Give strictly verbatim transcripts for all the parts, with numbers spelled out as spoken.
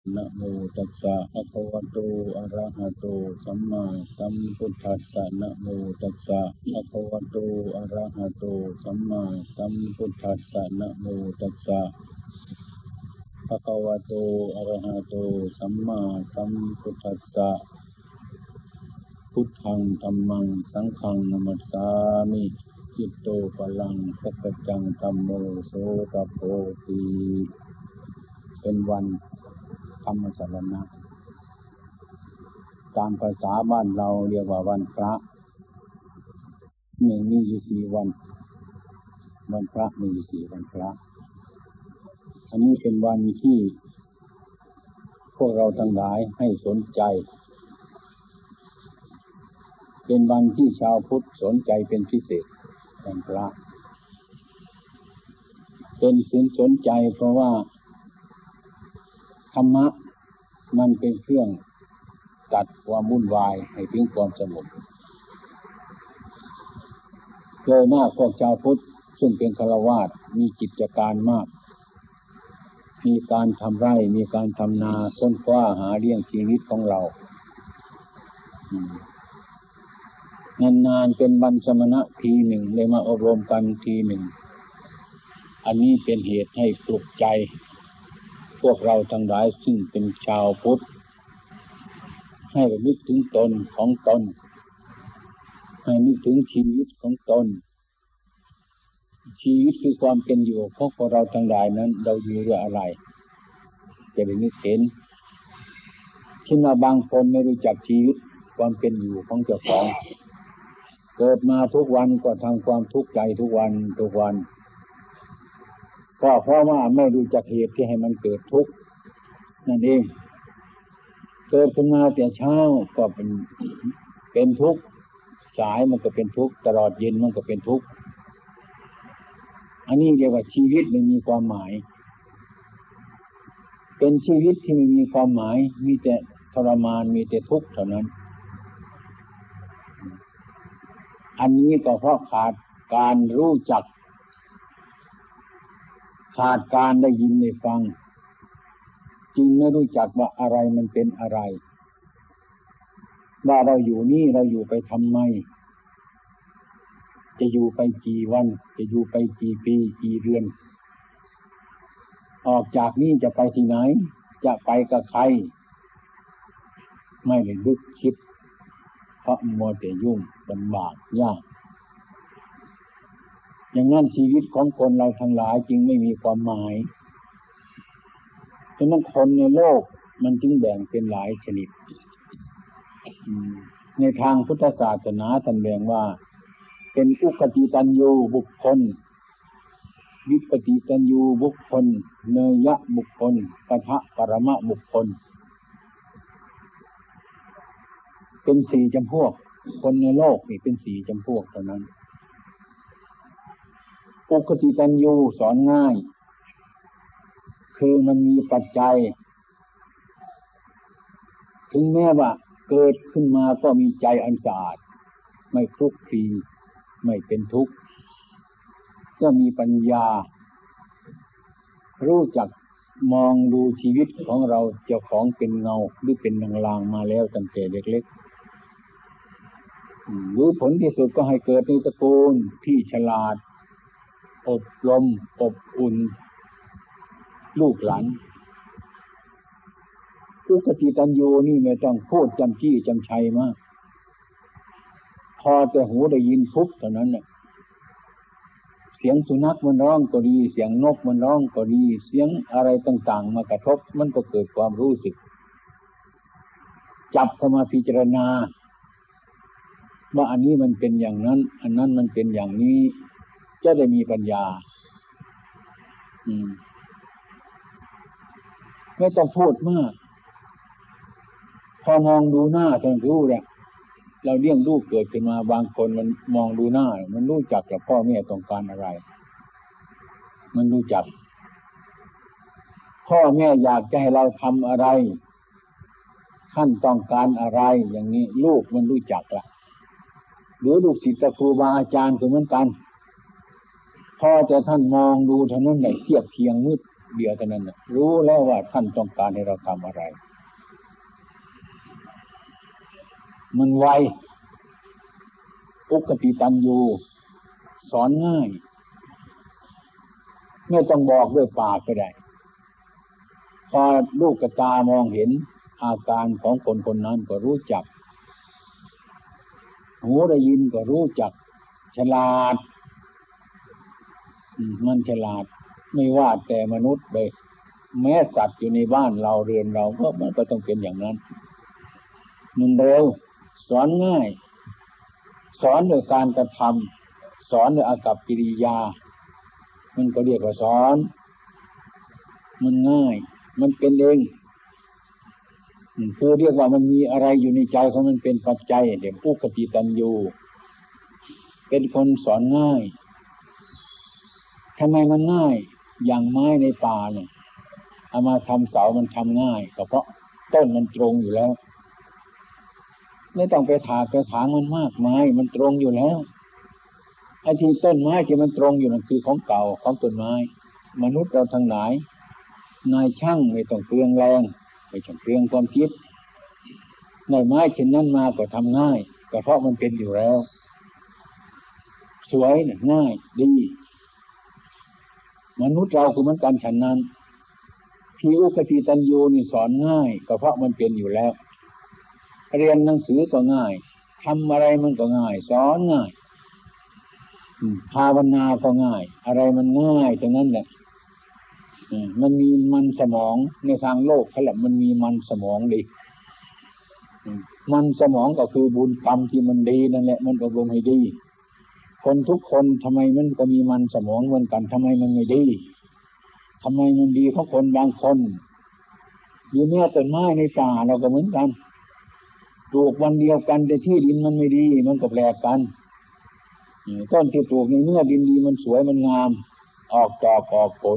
นะโมตัสสะภะคะวะโตอะระหะโตสัมมาสัมพุทธัสสะนะโมตัสสะภะคะวะโตอะระหะโตสัมมาสัมพุทธัสสะนะโมตัสสะภะคะวะโตอะระหะโตสัมมาสัมพุทธัสสะพุทธังธัมมังสังฆังนะมัสสามิจิตโตปะลังสัจจังธัมโมโสตโพธิเป็นวันธรรมสรณะตามภาษาบ้านเราเรียกว่าวันพระหนึ่งมีอยู่สี่วันวันพระมีอยู่สี่วันพระอันนี้เป็นวันที่พวกเราทั้งหลายให้สนใจเป็นวันที่ชาวพุทธสนใจเป็นพิเศษวันพระเป็นสินสนใจเพราะว่าธรรมะมันเป็นเครื่องตัดความวุ่นวายให้ถึงความสงบโดยมากพวกชาวพุทธซึ่งเป็นฆราวาสมีกิจการมากมีการทำไร่มีการทำนาค้นคว้าหาเลี้ยงชีวิตของเรานานๆเป็นบรรสมณะทีหนึ่งเลยมาอบรมกันทีหนึ่งอันนี้เป็นเหตุให้ปลุกใจพวกเราทั้งหลายซึ่งเป็นชาวพุทธให้ระลึกถึงตนของตนให้นึกถึงชีวิตของตนชีวิตคือความเป็นอยู่ของพวกเราทั้งหลายนั้นเราอยู่ด้วยอะไรจะได้นึกเห็นเช่นว่าบางคนไม่รู้จักชีวิตความเป็นอยู่ของเจ้าของเกิดมาทุกวันก็ทำความทุกข์ใจทุกวันทุกวันก็เพราะว่าไม่รู้จักเหตุที่ให้มันเกิดทุกข์นั่นเองเกิดขึ้นมาแต่เช้าก็เป็นเป็นทุกข์สายมันก็เป็นทุกข์ตลอดเย็นมันก็เป็นทุกข์อันนี้เรียกว่าชีวิตไม่มีความหมายเป็นชีวิตที่ไม่มีความหมายมีแต่ทรมานมีแต่ทุกข์เท่านั้นอันนี้ก็เพราะขาดการรู้จักขาดการได้ยินได้ฟังจึงไม่รู้จักว่าอะไรมันเป็นอะไรว่าเราอยู่นี่เราอยู่ไปทำไมจะอยู่ไปกี่วันจะอยู่ไปกี่ปีกี่เดือนออกจากนี่จะไปที่ไหนจะไปกับใครไม่ได้นึกคิดเพราะมัวแต่ยุ่งลำบากยากอย่างนั้นชีวิตของคนเราทั้งหลายจึงไม่มีความหมายฉะนั้นคนในโลกมันจึงแบ่งเป็นหลายชนิดในทางพุทธศาสนาท่านแบ่งว่าเป็นอุกติตัญญูบุคคลวิปติตัญญูบุคคลเนยยะบุคคลปัทะปรมะบุคคลเป็นสี่จำพวกคนในโลกนี่เป็นสี่จำพวกเท่านั้นอุกติตัญญูสอนง่ายคือมันมีปัจจัยถึงแม้ว่าเกิดขึ้นมาก็มีใจอันสะอาดไม่คลุกคลีไม่เป็นทุกข์ก็มีปัญญารู้จักมองดูชีวิตของเราเจ้าของเป็นเงาหรือเป็นลางๆมาแล้วตั้งแต่เล็กๆหรือผลที่สุดก็ให้เกิดในตระกูลที่ฉลาดอบรมอบอุ่นลูกหลานอุกติตัญญูนี่ไม่ต้องพูดจำจี้จำชัยมากพอแต่หูได้ยินปุ๊บเท่านั้นน่ะเสียงสุนัขมันร้องก็ดีเสียงนกมันร้องก็ดีเสียงอะไรต่างๆมากระทบมันก็เกิดความรู้สึกจับเข้ามาพิจารณาว่าอันนี้มันเป็นอย่างนั้นอันนั้นมันเป็นอย่างนี้จะได้มีปัญญาอืมไม่ต้องพูดมากพอมองดูหน้าท่านรู้แหละเราเลี้ยงลูกเกิดขึ้นมาบางคนมันมองดูหน้ามันรู้จักกับพ่อแม่ต้องการอะไรมันรู้จักพ่อแม่อยากจะให้เราทำอะไรท่านต้องการอะไรอย่างนี้ลูกมันรู้จักละหรือลูกศิษย์ครูบาอาจารย์ก็เหมือนกันพอแต่ท่านมองดูเท่านั้นแหละเทียบเคียงมืดเดียวเท่านั้นนะรู้แล้วว่าท่านต้องการให้เราทำอะไรมันไวอุกติตันยูสอนง่ายไม่ต้องบอกด้วยปากก็ได้พอลูกกระตามองเห็นอาการของคนคนนั้นก็รู้จักหูได้ยินก็รู้จักฉลาดมันฉลาดไม่ว่าแต่มนุษย์เลยแม้สัตว์อยู่ในบ้านเราเรือนเราก็มันก็ต้องเป็นอย่างนั้นมันเร็วสอนง่ายสอนโดยการกระทำสอนโดยอากัปกิริยามันก็เรียกว่าสอนมันง่ายมันเป็นเองคือเรียกว่ามันมีอะไรอยู่ในใจของมันเป็นปัจจัยเดี๋ยวอุกติตันยูเป็นคนสอนง่ายทำไมมันง่ายอย่างไม้ในป่าเนี่ยเอามาทำเสามันทำง่ายก็เพราะต้นมันตรงอยู่แล้วไม่ต้องไปถากไปถางมันมากมายมันตรงอยู่แล้วไอ้ที่ต้นไม้ที่มันตรงอยู่นั่นคือของเก่าของต้นไม้มนุษย์เราทั้งหลายนายช่างไม่ต้องเปลืองแรงไม่ต้องเปลืองความคิดในไม้เช่นนั้นมาก็ทำง่ายก็เพราะมันเป็นอยู่แล้วสวยเนี่ยง่ายดีมนุษย์เราคือมันกันฉันนั้นที่อุกติตันยูนี่สอนง่ายก็เพราะมันเป็นอยู่แล้วเรียนหนังสือก็ง่ายทำอะไรมันก็ง่ายสอนง่ายภาวนาก็ง่ายอะไรมันง่ายตรงนั้นแหละมันมีมันสมองในทางโลกเขาแหละมันมีมันสมองดีมันสมองก็คือบุญกรรมที่มันดีนั่นแหละมันอบรมให้ดีคนทุกคนทำไมมันก็มีมันสมองเหมือนกันทำไมมันไม่ดีทำไมมันดีเพราะคนบางคนอยู่เนี่ยต้นไม้ในป่าเราก็เหมือนกันปลูกวันเดียวกันแต่ที่ดินมันไม่ดีมันก็แปลกกันต้นที่ปลูกในเนื้อดินดีมันสวยมันงามออกดอกออกผล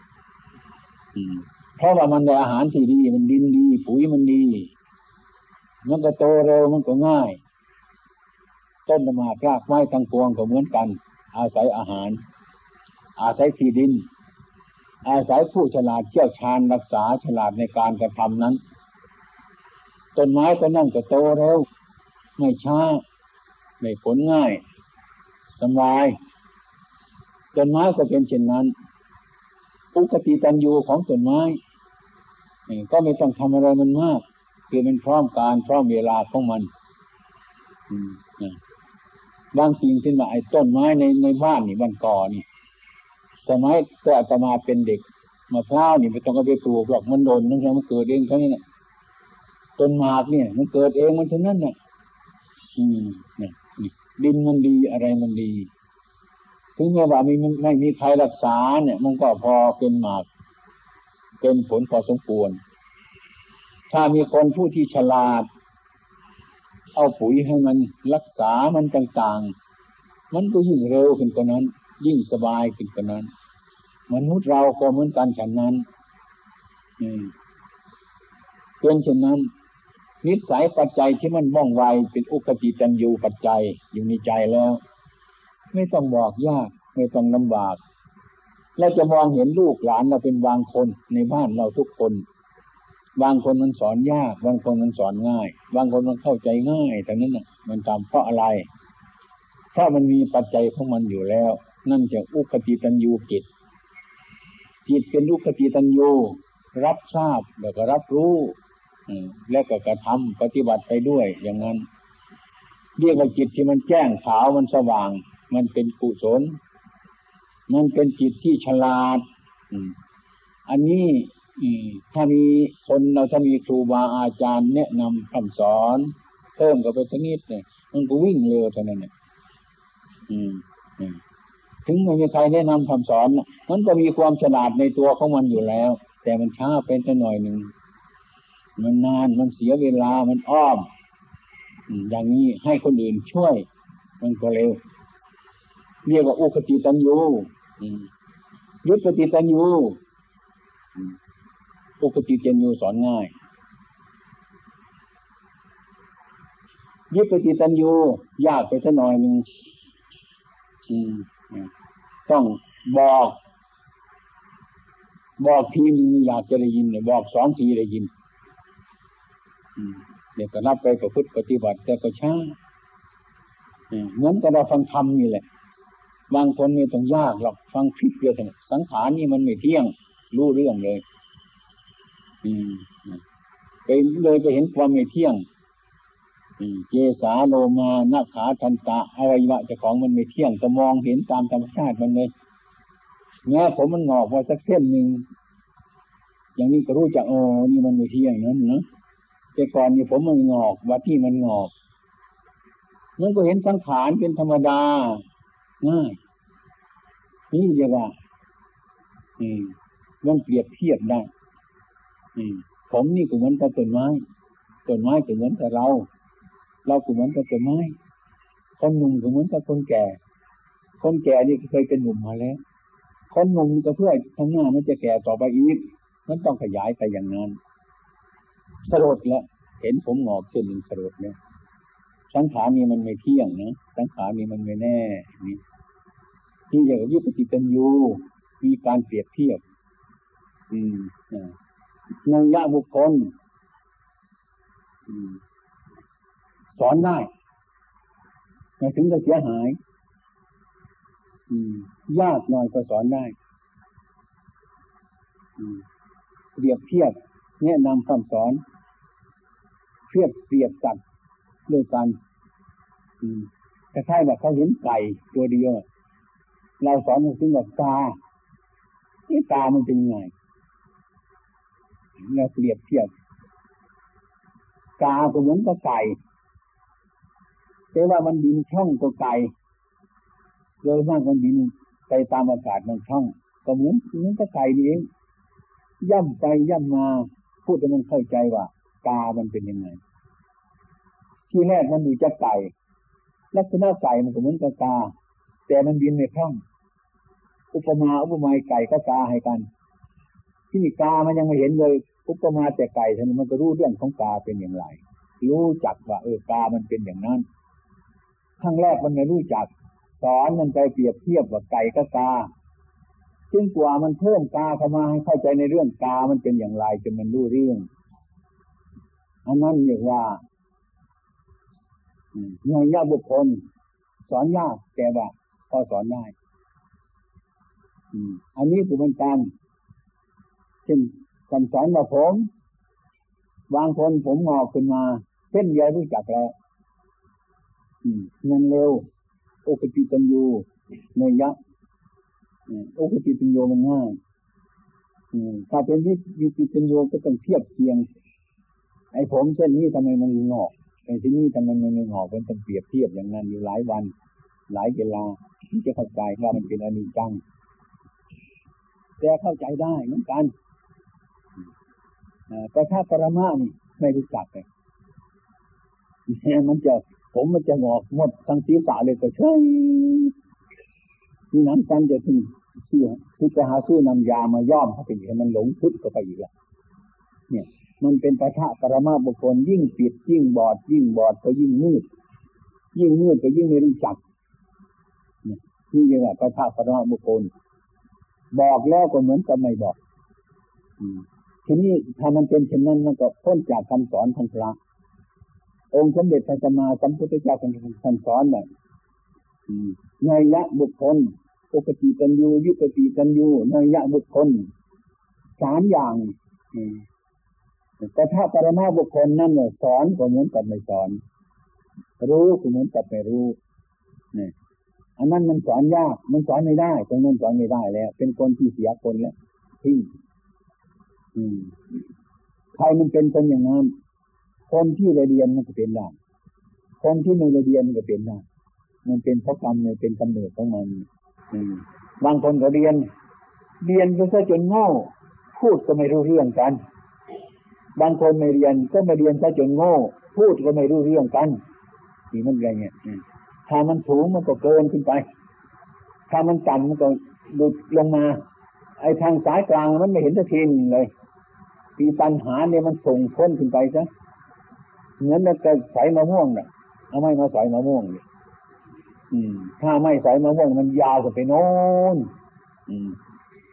เพราะว่ามันได้อาหารที่ดีมันดินดีปุ๋ยมันดีมันก็โตเร็วมันก็ง่ายต้นไม้รากไม้ทั้งปวงก็เหมือนกันอาศัยอาหารอาศัยที่ดินอาศัยผู้ฉลาดเชี่ยวชาญรักษาฉลาดในการกระทำนั้นต้นไม้ต้นนั้นก็โตเร็วไม่ช้าไม่ผลง่ายสบายต้นไม้ก็เป็นเช่นนั้นอุกติตันยูของต้นไม้ก็ไม่ต้องทำอะไรมันมากคือมันพร้อมการพร้อมเวลาของมันบางสิ่งที่ว่าไอ้ต้นไม้ในในบ้านนี่บ้านก่อนี่สมัยตัวอาตมาเป็นเด็กมะพร้าวนี่ไม่ต้องเอาไปปลูกหรอกมันโดนนั่นแหละมันเกิดเองเท่านี้แหละต้นหมากเนี่ยมันเกิดเองมันเท่านั้นน่ะอืมเนี่ยดินมันดีอะไรมันดีถึงแม้ว่าไม่ไม่มีใครรักษาเนี่ยมันก็พอเป็นหมากเป็นผลพอสมควรถ้ามีคนผู้ที่ฉลาดเอาปุ๋ยให้มันรักษามันต่างๆมันก็ยิ่งเร็วขึ้นกว่านั้นยิ่งสบายขึ้นกว่านั้นมนุษย์เราก็เหมือนกันฉันนั้นอืมเป็นเช่นนั้นนิสัยปัจจัยที่มันว่องไวเป็นอุกติตันยูปัจจัยอยู่ในใจแล้วไม่ต้องบอกยากไม่ต้องลำบากและจะมองเห็นลูกหลานเราเป็นบางคนในบ้านเราทุกคนบางคนมันสอนยากบางคนมันสอนง่ายบางคนมันเข้าใจง่ายแต่นั้นน่ะมันตามเพราะอะไรเพราะมันมีปัจจัยของมันอยู่แล้วนั่นจะอุกติตันยูจิตจิตเป็นอุกติตันยูรับทราบแล้วก็รับรู้แล้วก็กระทำปฏิบัติไปด้วยอย่างนั้นเรียกว่าจิตที่มันแจ้งขาวมันสว่างมันเป็นกุศลมันเป็นจิตที่ฉลาดอันนี้ถ้ามีคนเราถ้ามีครูบาอาจารย์แนะนำคำสอนเพิ่มก็ไปสักนิดเนี่ยมันก็วิ่งเร็วเท่านั้นเนี่ยถึงไม่มีใครแนะนำคำสอนมันก็มีความฉลาดในตัวของมันอยู่แล้วแต่มันช้าเป็นสักหน่อยหนึ่งมันนานมันเสียเวลามันอ้อมอย่างนี้ให้คนอื่นช่วยมันก็เร็วเรียกว่าอุกติตันยูยุปติตันยูอุกติตันยูสอนง่ายยุปติตันยูยากไปสักหน่อยหนึ่งต้องบอกบอกทีนึงอยากจะได้ยินเนี่ยบอกสองทีได้ยินเดี๋ยวก็นับไปประพฤติปฏิบัติแต่ก็ช้าเหมือนกับเราฟังธรรมนี่แหละบางคนไม่ต้องยากหรอกฟังคลิปเดียวกันสังขารนี่มันไม่เที่ยงรู้เรื่องเลยอืมไปเลยไปเห็นความไม่เที่ยงเจสาโลมานาขาทันตะอวัยวะเจ้าของมันไม่เที่ยงก็มองเห็นตามธรรมชาติมันเลยแม้ผมมันงอกพอสักเส้นหนึ่งอย่างนี้ก็รู้จักโอ้นี่มันไม่เที่ยงนั้นนะแต่ก่อนนี่ผมมันงอกว่าที่มันงอกมันก็เห็นสังขารเป็นธรรมดาง่ายนี่เรียกว่าอืมมันเปรียบเทียบได้อืมผมนี่ก็เหมือนกับต้นไม้ต้นไม้ก็เหมือนกับเราเราก็เหมือนกับต้นไม้คนหนุ่มก็เหมือนกับคนแก่คนแก่นี่เคยเป็นหนุ่มมาแล้วคนหนุ่มก็เพื่อข้างหน้ามันจะแก่ต่อไปอีกมันต้องขยายไปอย่างนั้นสลดแล้วเห็นผมงอกเส้นหนึ่งสลดเนี่ยสังขารนี่มันไม่เที่ยงนะสังขารนี่มันไม่แน่นี่ที่เรียกว่ายุคปฏิปันยูมีการเปรียบเทียบอืมนัยยะบุคคลสอนได้ไม่ถึงจะเสียหายยากหน่อยก็สอนได้เปรียบเทียบแนะนำคำสอนเทียบเปรียบจัดด้วยกันคล้ายๆแบบเขาเห็นไก่ตัวเดียวเราสอนถึงแบบกาที่กามันเป็นยังไงเราเปรียบเทียบกาก็เหมือนกับไก่แต่ว่ามันบินช่องกับไก่โดยมากมันบินไปตามอากาศมันช่องก็เหมือนเหมือนกับไก่นี่เองย่ำไปย่ำมาพูดให้มันเข้าใจว่ากามันเป็นยังไงที่แรกมันอยู่จะไก่ลักษณะไก่มันก็เหมือนกับกาแต่มันบินในช่องอุปมาอุปไมยไก่ก็กาให้กันที่นี่กามันยังไม่เห็นเลยอุปมาแต่ไก่ท่านมันก็รู้เรื่องของกาเป็นอย่างไรรู้จักว่าเออกามันเป็นอย่างนั้นครั้งแรกมันไม่รู้จักสอนมันไปเปรียบเทียบว่าไก่กับกาจึงกว่ามันเพิ่มกาเข้ามาให้เข้าใจในเรื่องกามันเป็นอย่างไรจนมันรู้เรื่องอันนั้นเรียกว่าเงยยากบุคคลสอนยากแต่ว่าก็สอนได้อันนี้คือเป็นการเช่นการสอนว่าผมบางคนผมงอกขึ้นมาเส้นเดียวรู้จักแล้วมันเร็วโอปติตัญญูเนยยะโอปติตัญญูมันง่ายถ้าเป็นวิปิตัญญูก็ต้องเทียบเคียงไอ้ผมเส้นนี้ทำไมมันงอกไอ้ที่นี่ทำไมมันไม่งอกมันต้องเปรียบเทียบอย่างนั้นอยู่หลายวันหลายเวลาที่จะเข้าใจว่ามันเป็นอนิจจังแต่เข้าใจได้เหมือนกันแต่ถ้าปรมานี่ไม่รู้จักเลยมันจะผมมันจะงอกหมดทั้งศีรษะเลยก็ใช่ที่นั้นซ้ำจะถึงซื้อซื้อไปหาซื้อนำยามาย้อมเข้าไปอีกให้มันหลงทึบเข้าไปอีกแล้วเนี่ยมันเป็นปะทะปรมาบุคคลยิ่งปิดยิ่งบอดยิ่งบอดก็ยิ่งมืดยิ่งมืดก็ยิ่งไม่รู้จักเนี่ยนี่เรียกว่าปะทะปรมาบุคคลบอกแล้วก็เหมือนกับไม่บอกทีนี้ถ้ามันเป็นเช่นนั้นมันก็พ้นจากคำสอนของพระองค์สมเด็จพระสัมมาสัมพุทธเจ้าท่านสอนแบบเนยยะบุคคลปกติตัญญูยุปติตัญญูเนยยะบุคคลสามอย่างแต่ถ้าปรมาบุคคลนั่นเนี่ยสอนก็เหมือนกับไม่สอนรู้ก็เหมือนกับไม่รู้เนี่ยอันนั้นมันสอนยากมันสอนไม่ได้ตรงนั้นสอนไม่ได้แล้วเป็นคนที่เสียคนแล้วทิ้งใครมันเป็นคนอย่างนั้นคนที่เรียนมันก็เป็นได้คนที่ไม่เรียนมันก็เป็นได้มันเป็นเพราะกรรมมันเป็นกำเนิดของมันบางคนก็เรียนเรียนไปซะจนโง่พูดก็ไม่รู้เรื่องกันบางคนไม่เรียนก็ไม่เรียนซะจนโง่พูดก็ไม่รู้เรื่องกันนี่มันอะไรเนี่ยถ้ามันสูงมันก็เกินขึ้นไปถ้ามันต่ำมันก็หลุดลงมาไอ้ทางสายกลางมันไม่เห็นสักทีเลยปีตัณหาเนี่ยมันส่งพ้นขึ้นไปซะเหมือนเราจะใส่มะม่วงน่ะเอาไม่มาใส่มะม่วงดิถ้าไม่ใส่มะม่วงมันยาวกว่าไปโน้นไป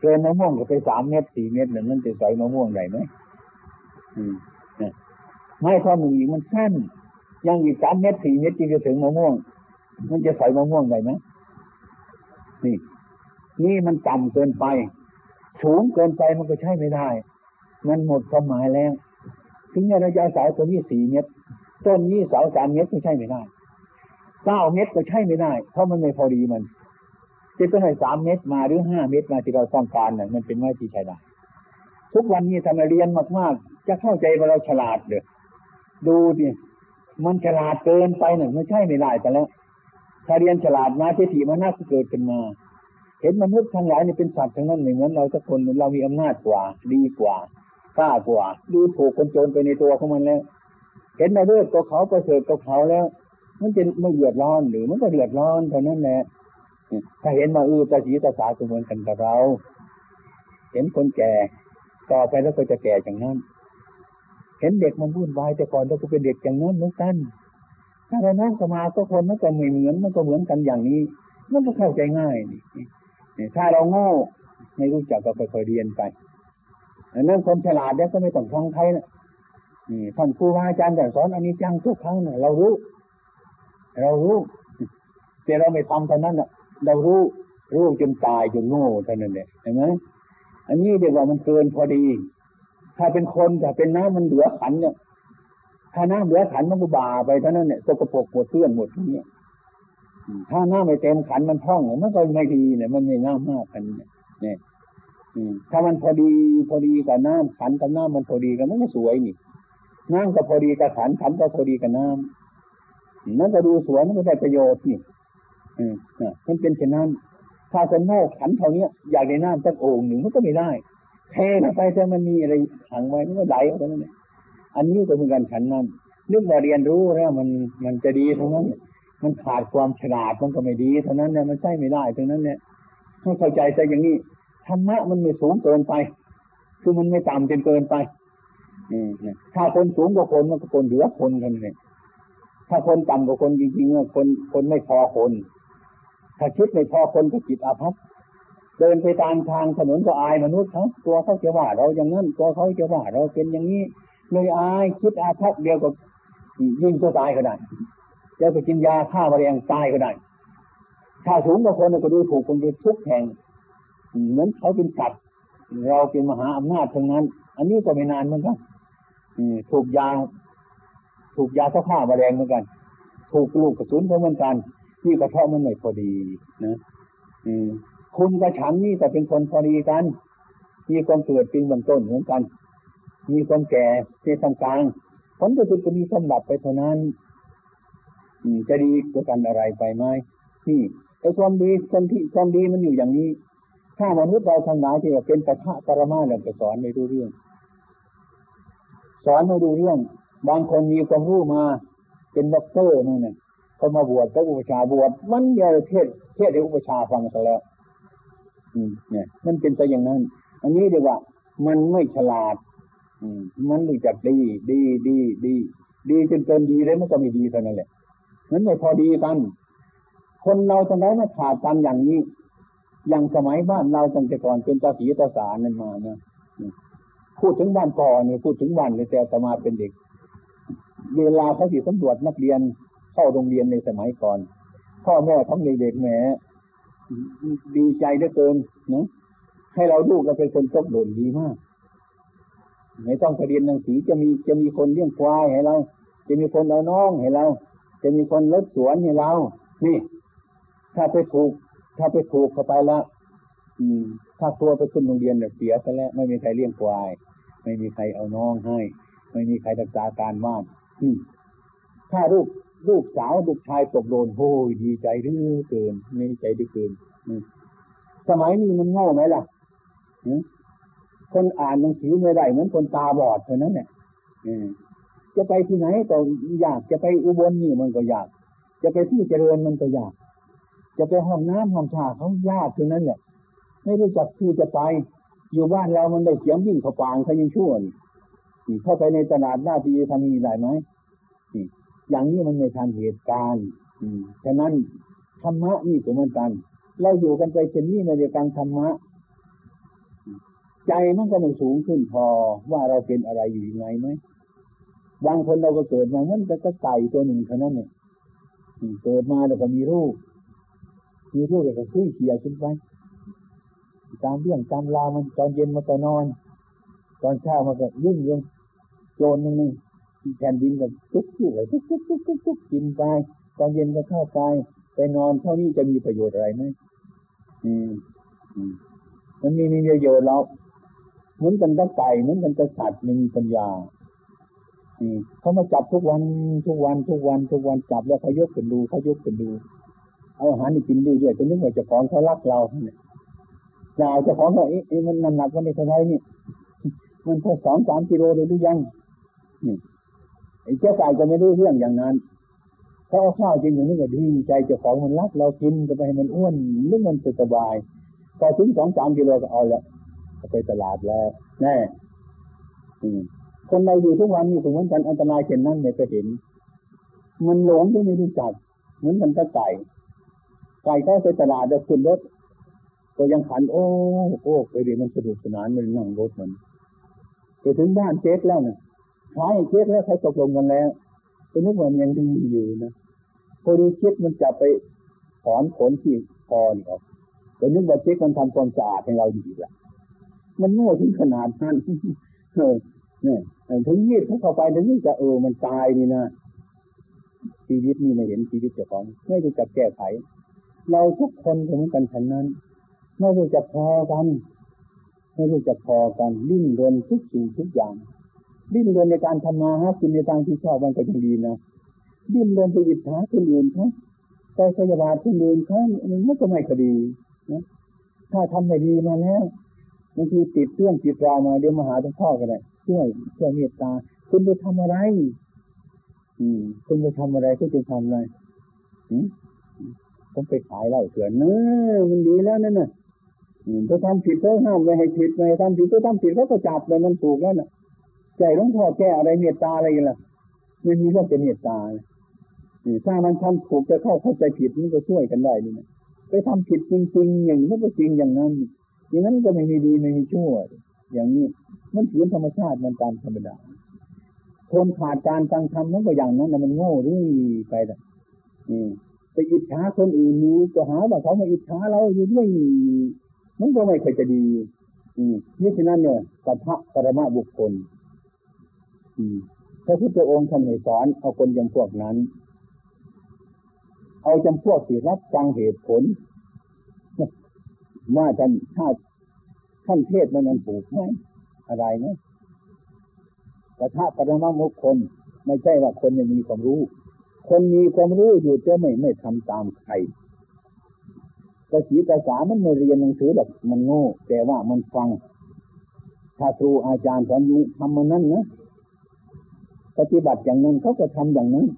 กินมะม่วงก็ไปสามเม็ดสี่เม็ดเนี่ยมันจะใส่มะม่วงได้ไหมอืมนะไม่ข้อหนึ่งอีกมันสั้นยังอีกสามเม็ดสี่เม็ดจึงจะถึงมะม่วงมันจะใส่มะม่วงได้ไหมนี่นี่มันต่ำเกินไปสูงเกินไปมันก็ใช้ไม่ได้มันหมดความหมายแล้วถึงแม้เราจะเอาเสาตัวนี้สี่เม็ดต้นนี้เสาสามเม็ดก็ใช้ไม่ได้เก้าเม็ดก็ใช้ไม่ได้เพราะมันไม่พอดีมันจะต้องให้สามเม็ดมาหรือห้าเม็ดมาที่เราต้องการน่ะมันเป็นไม้ที่ใช้ได้ทุกวันนี้ทำไมเรียนมากๆจะเข้าใจว่าเราฉลาดเด้อดูดิมันฉลาดเกินไปน่ะไม่ใช่ไม่ได้แต่แล้วถ้าเรียนฉลาดมาทิฏฐิมานะก็เกิดขึ้นมาเห็นมนุษย์ทั้งหลายนี่เป็นสัตว์ทั้งนั้นไม่เหมือนเราสักคนเรามีอำนาจกว่าดีกว่ากล้ากว่าดูถูกคนโจรไปในตัวของมันแล้วเห็นมาเลิศก็เขาประเสริฐก็เขาแล้วมันจะไม่เดือดร้อนหรือมันก็เดือดร้อนเท่านั้นแหละถ้าเห็นมาอือตาสีตาสาเหมือนกันกับเราเห็นคนแก่ต่อไปแล้วก็จะแก่อย่างนั้นเห็นเด็กมันวุ่นวายแต่ก่อนเราก็เป็นเด็กอย่างนั้นเหมือนกันถ้าเราน้องก็มาก็คนมันก็ไม่เหมือนมันก็เหมือนกันอย่างนี้มันก็เข้าใจง่ายนี่ถ้าเราโง่ไม่รู้จักก็ค่อยๆเรียนไปนั่นคนฉลาดเนี่ยก็ไม่ต้องฟังใครนะนี่ท่านครูอาจารย์สอนอันนี้จังทุกครั้งเนี่ยเรารู้เรารู้แต่เราไม่ทำเท่านั้นน่ะเรารู้รู้จนตายจนโง่เท่านั้นแหละเห็นไหมอันนี้เรียกว่ามันเกินพอดีถ้าเป็นคนถ้าเป็นน้ำมันเหลือขันเนี่ยถ้าน้ำเหลือขันมันก็บ่าไปเท่านั้นเนี่ยสกปรกหมดเปื้อนหมดทุกอย่างถ้าน้ำไม่เต็มขันมันพร่องมันก็ไม่ดีเนี่ยมันไม่งามมากกันเนี่ยเนี่ยถ้ามันพอดีพอดีกับน้ำขันกับน้ำมันพอดีกันมันก็สวยนี่น้ำก็พอดีกับขันขันก็พอดีกับน้ำนั่นก็ดูสวยมันก็ได้ประโยชน์นี่อืมอ่ามันเป็นเช่นนั้นถ้าคนโง่ขันเท่านี้อยากได้น้ำสักโอ่งหนึ่งมันก็ไม่ได้เทลงไปแต่มันมีอะไรขังไว้มันก็ไหลออกมาเนี่ยอันนี้ก็เป็นการฉันน้ำนึกว่าเรียนรู้แล้วมันมันจะดีเท่านั้นมันขาดความฉลาดมันก็ไม่ดีเท่านั้นเนี่ยมันใช่ไม่ได้เท่านั้นเนี่ยให้เข้าใจซะอย่างนี้ธรรมะมันไม่สูงเกินไปคือมันไม่ต่ำจนเกินไปอืมถ้าคนสูงกว่าคนมันก็คนเหลือคนกันเลยถ้าคนต่ำกว่าคนจริงๆเนี่ยคนคนไม่พอคนถ้าคิดไม่พอคนก็จิตอาภัพเดินไปตามทางถนนก็อายมนุษย์เขาตัวเขาจะว่าเราอย่างนั้นตัวเขาจะว่าเราเป็นอย่างนี้เลยอายคิดอาภัพเดียวกับยิงตัวตายก็ได้เดี๋ยวไปกินยาฆ่าแมลงตายก็ได้ถ้าสูงกว่าคนก็ดูถูกคนไปทุกแห่งเหมือนเขาเป็นสัตว์เราเป็นมหาอำนาจทั้งนั้นอันนี้ก็ไม่นานเหมือนกันถูกยาถูกยาฆ่าแมลงเหมือนกันถูกลูกกระสุนเหมือนกันที่กระเพาะมันไม่พอดีนะคุณกับฉันนี่แต่เป็นคนพอดีกันมีความเกิดเป็นเบื้องต้นเหมือนกันมีความแก่เป็นทางกลางผลที่สุดก็มีความดับไปเท่านั้นจะดีกว่ากันอะไรไปไหมนี่ไอ้ความดีความที่ความดีมันอยู่อย่างนี้ถ้ามนุษย์เราทั้งหลายที่ว่าเป็นปะทะปรมาเนี่ยจะสอนไม่รู้เรื่องสอนไม่รู้เรื่องบางคนมีความรู้มาเป็นด็อกเตอร์นั่นน่ะเขามาบวชก็อุปชาบวชมันเยอะเทศเทศให้อุปชาฟังซะแล้วอืมเนี่ยมันเป็นไปอย่างนั้นอันนี้เรียกว่ามันไม่ฉลาดอืมมันรู้จักดีดีดีดีดีจนเกินดีแล้วมันก็ไม่ดีเท่านั้นแหละมันไม่พอดีกันคนเราจะได้มาขาดกันอย่างนี้อย่างสมัยบ้านเราตั้งแต่ก่อนเป็นตาสีตาสานั่นมานะพูดถึงบ้านก่อนเนี่ยพูดถึงบ้านเลยแต่สมาเป็นเด็กเวลาเขาสิสำรวจนักเรียนเข้าโรงเรียนในสมัยก่อนพ่อแม่ทั้งเด็กๆแหมดีใจเหลือเกินนะให้เราลูกเราเป็นคนตกโดดดีมากไม่ต้องไปเรียนหนังสือจะมีจะมีคนเลี้ยงควายให้เราจะมีคนเอาน้องให้เราจะมีคนรถสวนให้เรานี่ถ้าไปถูกถ้าไปถูกเข้าไปแล้วอืมถ้าตัวไปขึ้นโรงเรียนเนี่ยเสียซะแล้วไม่มีใครเลี้ยงควายไม่มีใครเอาน้องให้ไม่มีใครรักษาการบ้านนี่ถ้าลูกลูกสาวลูกชายตกโดนโอ้ยดีใจเหลือเกินดีใจเหลือเกินสมัยนี้มันโง่ไหมล่ะคนอ่านหนังสือไม่ได้เหมือนคนตาบอดเท่านั้นแหละจะไปที่ไหนก็ยากจะไปอุบลนี่มันก็ยากจะไปที่เจริญมันก็ยากจะไปห้องน้ำห้องชาเขายากเท่านั้นแหละไม่รู้จักที่จะไปอยู่บ้านเรามันได้เสียงยิ่งเขาปางเขายังชั่วนี่เข้าไปในตลาดหน้าที่ทำมีได้ไหมนี่อย่างนี้มันไม่ทันเหตุการณ์ฉะนั้นธรรมะนี่ก็เหมือนกันเราอยู่กันไปเช่นนี้ไม่ได้ฟังธรรมะใจมันก็ไม่สูงขึ้นพอว่าเราเป็นอะไรอยู่ยังไงไหมบางคนเราก็เกิดมาเหมือนกับไก่ตัวหนึ่งเท่านั้นเนี่ยเกิดมาแล้วก็มีรูปมีรูปแล้วก็คุยเขี่ยขึ้นไปตามเรื่องตามราวมันตอนเย็นมันก็นอนตอนเช้ามันก็ยุ่งเรื่องโจรนึงนี่แผ่นดินก็ทุกทุกเลยทุกทุกทุกทุกทุกกินไปตอนเย็นก็เข้าไปไปนอนเท่านี้จะมีประโยชน์อะไรไหมอืมอืมมันมีมีประโยชน์เราเหมือนกันกับไก่เหมือนกันกับสัตว์ไม่มีปัญญาอืมเขามาจับทุกวันทุกวันทุกวันทุกวันจับแล้วเขายกขึ้นดูเขายกขึ้นดูเอาอาหารนี่กินดีด้วยจนนึกว่าเจ้าของเขารักเราเนี่ยเราเจ้าของเขาเอ๊ะมันน้ำหนักมันได้เท่าไหร่นี่มันแค่สองสามกิโลเลยหรือยังนี่ไอ้เจ้าไก่ก็ไม่รู้เรื่องอย่างนั้นเขาเอาข้าวกินอย่างนี้ก็ดีใจเจ้าของมันรักเรากินก็ไปให้มันอ้วนหรือมันสบายพอถึงสองสามกิโลก็เอาละไปตลาดแล้วแน่คนเราอยู่ทุกวันนี่เหมือนกันอันตรายเช่นนั้นไม่เคยเห็นมันหลงที่ไม่รู้จักเหมือนกันกับไก่ไก่เข้าไปตลาดจะขึ้นรถก็ยังขันโอ้โอ้ไปดิมันสนุกสนานมันนั่งรถมันไปถึงบ้านเจ๊กแล้วเนี่ยขายเจ๊กแล้วเขาตกลงกันแล้วตัวนี้มันยังดีอยู่นะพอดีเจ๊กมันจะไปถอนขนที่คอนี่ออกตัวนี้ว่าเจ๊กมันทำความสะอาดให้เราดีละมันโง่ถึงขนาดนั้นเออเนี่ยถึงยีดเขาเข้าไปถึงจะเออมันตายนี่นะชีวิตนี่ไม่เห็นชีวิตเจ้าของไม่รู้จักแก้ไขเราทุกคนเหมือนกันฉันนั้นไม่รู้จักพอกันไม่รู้จักพอกันดิ้นรนทุกสิ่งทุกอย่างดิ้นรนในการทำมาหากินในทางที่ชอบมันก็ยังดีนะดิ้นรนไปอิจฉาคนอื่นเขาไปพยาบาทคนอื่นเขามันก็ไม่คดีนะถ้าทำไม่ดีมาแล้วบางทีติดเรื่องติดราวมาเดี๋ยวมาหาหลวงพ่อกันเลยช่วยช่วยเมตตาคุณไปทำอะไรอืมคุณไปทำอะไรคุณจะทำอะไรอืมผมไปขายเหล้าเถื่อนเนอะมันดีแล้วนั่นน่ะถ้าทำผิดเขาห้ามไม่ให้ผิดไม่ให้ทำผิดถ้าทำผิดเขาก็จับเลยมันถูกแล้วน่ะใจหลวงพ่อแก้อะไรเมตตาอะไรกันล่ะไม่มีเรื่องเป็นเมตตาถ้ามันทำถูกจะเข้าเข้าใจผิดมันก็ช่วยกันได้นี่นะไปทำผิดจริงๆอย่างนี้ก็จริงอย่างนั้นอย่างนั้นก็ไม่มีดีไม่มีชั่วอย่างนี้มันถือธรรมชาติมันตามธรรมดาคนขาดการฟังธรรมมันก็อย่างนั้นนะมันโง่เรื่อยไปแต่ไปอิจฉาคนอื่นรู้ก็หาว่าเขามาอิจฉาเราอยู่ด้วยมันก็ไม่เคยจะดีนี่ฉะนั้นเนี่ยสัพพะปรมบุคคลพระพุทธองค์ท่านสอนเอาคนจำพวกนั้นเอาจำพวกที่รับฟังเหตุผลว่าท่านถ้าท่านเทศมันมันถูกไหมอะไรนะสัพพะปรมบุคคลไม่ใช่ว่าคนไม่มีความรู้คนมีความรู้อยู่แต่ไม่ไม่ทำตามใครภาษีภาษามันไม่เรียนหนังสือหรอกมันโง่แต่ว่ามันฟังถ้าครูอาจารย์สอนทำมันนั้นนะปฏิบัติอย่างนั้นเขาก็ทำอย่างนั้น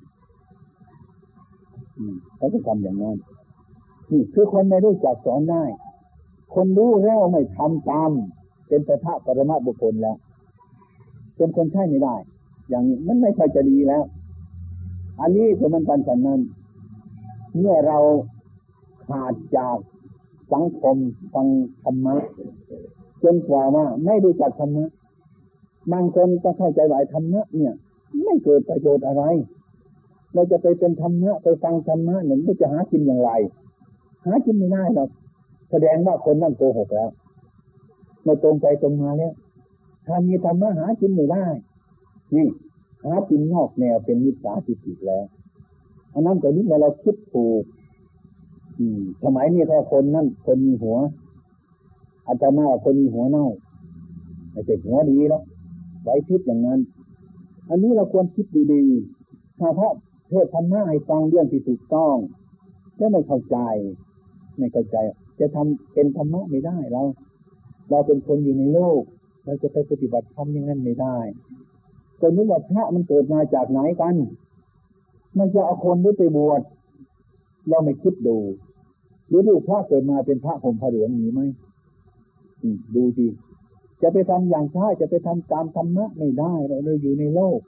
เขาก็ทำอย่างนั้นนี่คือคนไม่รู้จักสอนได้คนรู้แล้วไม่ทำตามเป็นสัพพะปรมบุคคลแล้วเป็นคนใช้ไม่ได้อย่างนี้มันไม่ค่อยจะดีแล้วอันนี้คือมันกันฉะนั้นเมื่อเราขาดจากสังคมฟังธรรมะจนกว่าว่าไม่รู้จักธรรมะบางคนก็เข้าใจว่าธรรมะเนี่ยไม่เกิดประโยชน์อะไรเราจะไปเป็นธรรมะไปฟังธรรมะหนึ่งก็จะหากินอย่างไรหากินไม่ได้หรอกแสดงว่าคนนั่นโกหกแล้วไม่ตรงใจตรงมาแล้วถ้ามีธรรมะหากินไม่ได้นี่หากินนอกแนวเป็นมิจฉาทิฏฐิแล้วอันนั้นตัวนี้เราคิดถูกสมัยนี้ถ้าคนนั่นคนมีหัวอาจจะมาคนมีหัวเน่าไม่ใช่หัวดีแล้วไว้คิดอย่างนั้นอันนี้เราควรคิดดีๆถ้าพระเทศธรรมะให้ฟังเรื่องที่ถูกต้องแล้วไม่เข้าใจไม่เข้าใจจะทำเป็นธรรมะไม่ได้เราเราเป็นคนอยู่ในโลกเราจะไปปฏิบัติธรรมอย่างนั้นไม่ได้ก็นึกว่าพระมันเกิดมาจากไหนกันไม่จะเอาคนนี้ไปบวชเราไม่คิดดูหรือดูพระเกิดมาเป็นพระห่มผ้าเหลืองมีไหมดูดิจะไปทำอย่างช้าจะไปทำตามธรรมะไม่ได้เราเลยอยู่ในโลก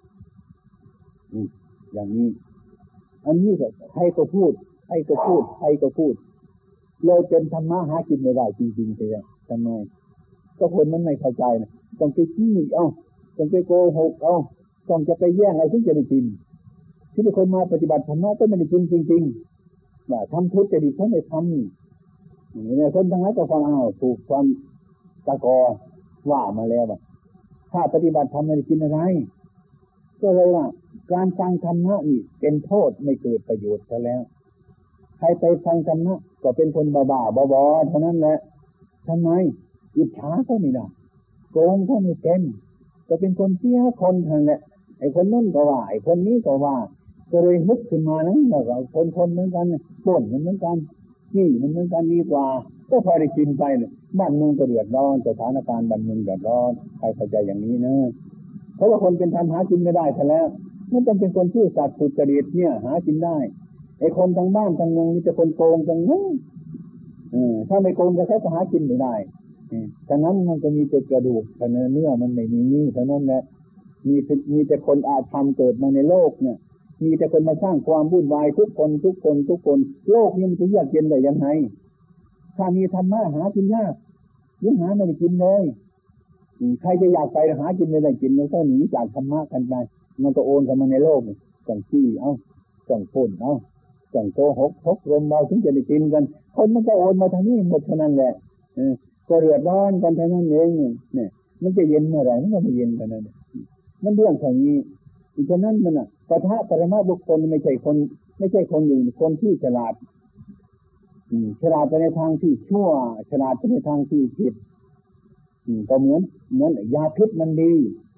อย่างนี้อันนี้ก็ใครก็พูดใครก็พูดใครก็พูดเลยเป็นธรรมะหากินไม่ได้จริงๆเลยทำไมก็คนมันไม่เข้าใจนะต้องไปขี้เอาต้องไปโกหกเอาต้องจะไปแย่งเอาถึงจะได้กินที่คนมาปฏิบัติธรรมะก็ไม่ได้กินจริงๆว่าทำทุจริตเขาไม่ทำเนี่ยคนทั้งหลายก็ฟังอ้าวถูกความตะกอว่ามาแล้วว่าถ้าปฏิบัติธรรมไม่ได้กินอะไรก็เลยว่าการฟังธรรมะนี่เป็นโทษไม่เกิดประโยชน์ซะแล้วใครไปฟังธรรมะก็เป็นคนบ้าๆบอๆเท่านั้นแหละทำไมอิจฉาก็ไม่ได้โกงก็ไม่เป็นก็เป็นคนเสียคนเท่านั้นแหละไอ้คนนั่นก็ว่าไอ้คนนี้ก็ว่าก็เลยนึกขึ้นมานะแล้วก็คนคนเหมือนกันปล้นมันเหมือนกันนี่มันเหมือนกันดีกว่าก็พอได้กินไปเนี่ยบ้านเมืองก็เดือดร้อนสถานการณ์บ้านเมืองเดือดร้อนใครเข้าใจอย่างนี้นะเพราะว่าคนเป็นทำหากินไม่ได้ซะแล้วมันต้องเป็นคนซื่อสัตย์สุจริตเนี่ยหากินได้ไอ้คนทางบ้านทางเมืองมีแต่คนโกงทางนั้นเออถ้าไม่โกงก็เขาหากินไม่ได้ฉะนั้นมันก็มีแต่กระดูกแต่เนื้อมันไม่มีเท่านั้นแหละมีมีแต่คนอาธรรมเกิดมาในโลกเนี่ยมีแต่คนมาสร้างความวุ่นวายทุกคนทุกคนทุกคนโลกนี้มันจะยากเย็นได้ยังไงถ้ามีธรรมะหากินยากยิ่งหาไม่ได้กินเลยใครจะอยากไปหากินไม่ได้กินแล้วก็หนีจากธรรมะกันไปมันก็โอนกันมาในโลกต้องขี้เอาต้องพ่นเอาต้องโกหกพกลมเราถึงจะได้กินกันคนมันก็โอนมาทางนี้หมดเท่านั้นแหละก็เดือดร้อนกันเท่านั้นเองเนี่ยมันจะเย็นเมื่อไหร่มันก็ไม่เย็นกันนั่นมันเรื่องแค่นี้ฉะนั้นมันอ่ะปะทะปรมาบุคคลไม่ใช่คนไม่ใช่คนอยู่คนที่ฉลาดฉลาดไปในทางที่ชั่วฉลาดไปในทางที่ผิดก็เหมือนเหมือนยาพิษมันดี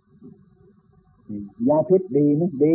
ยาพิษดีนะดี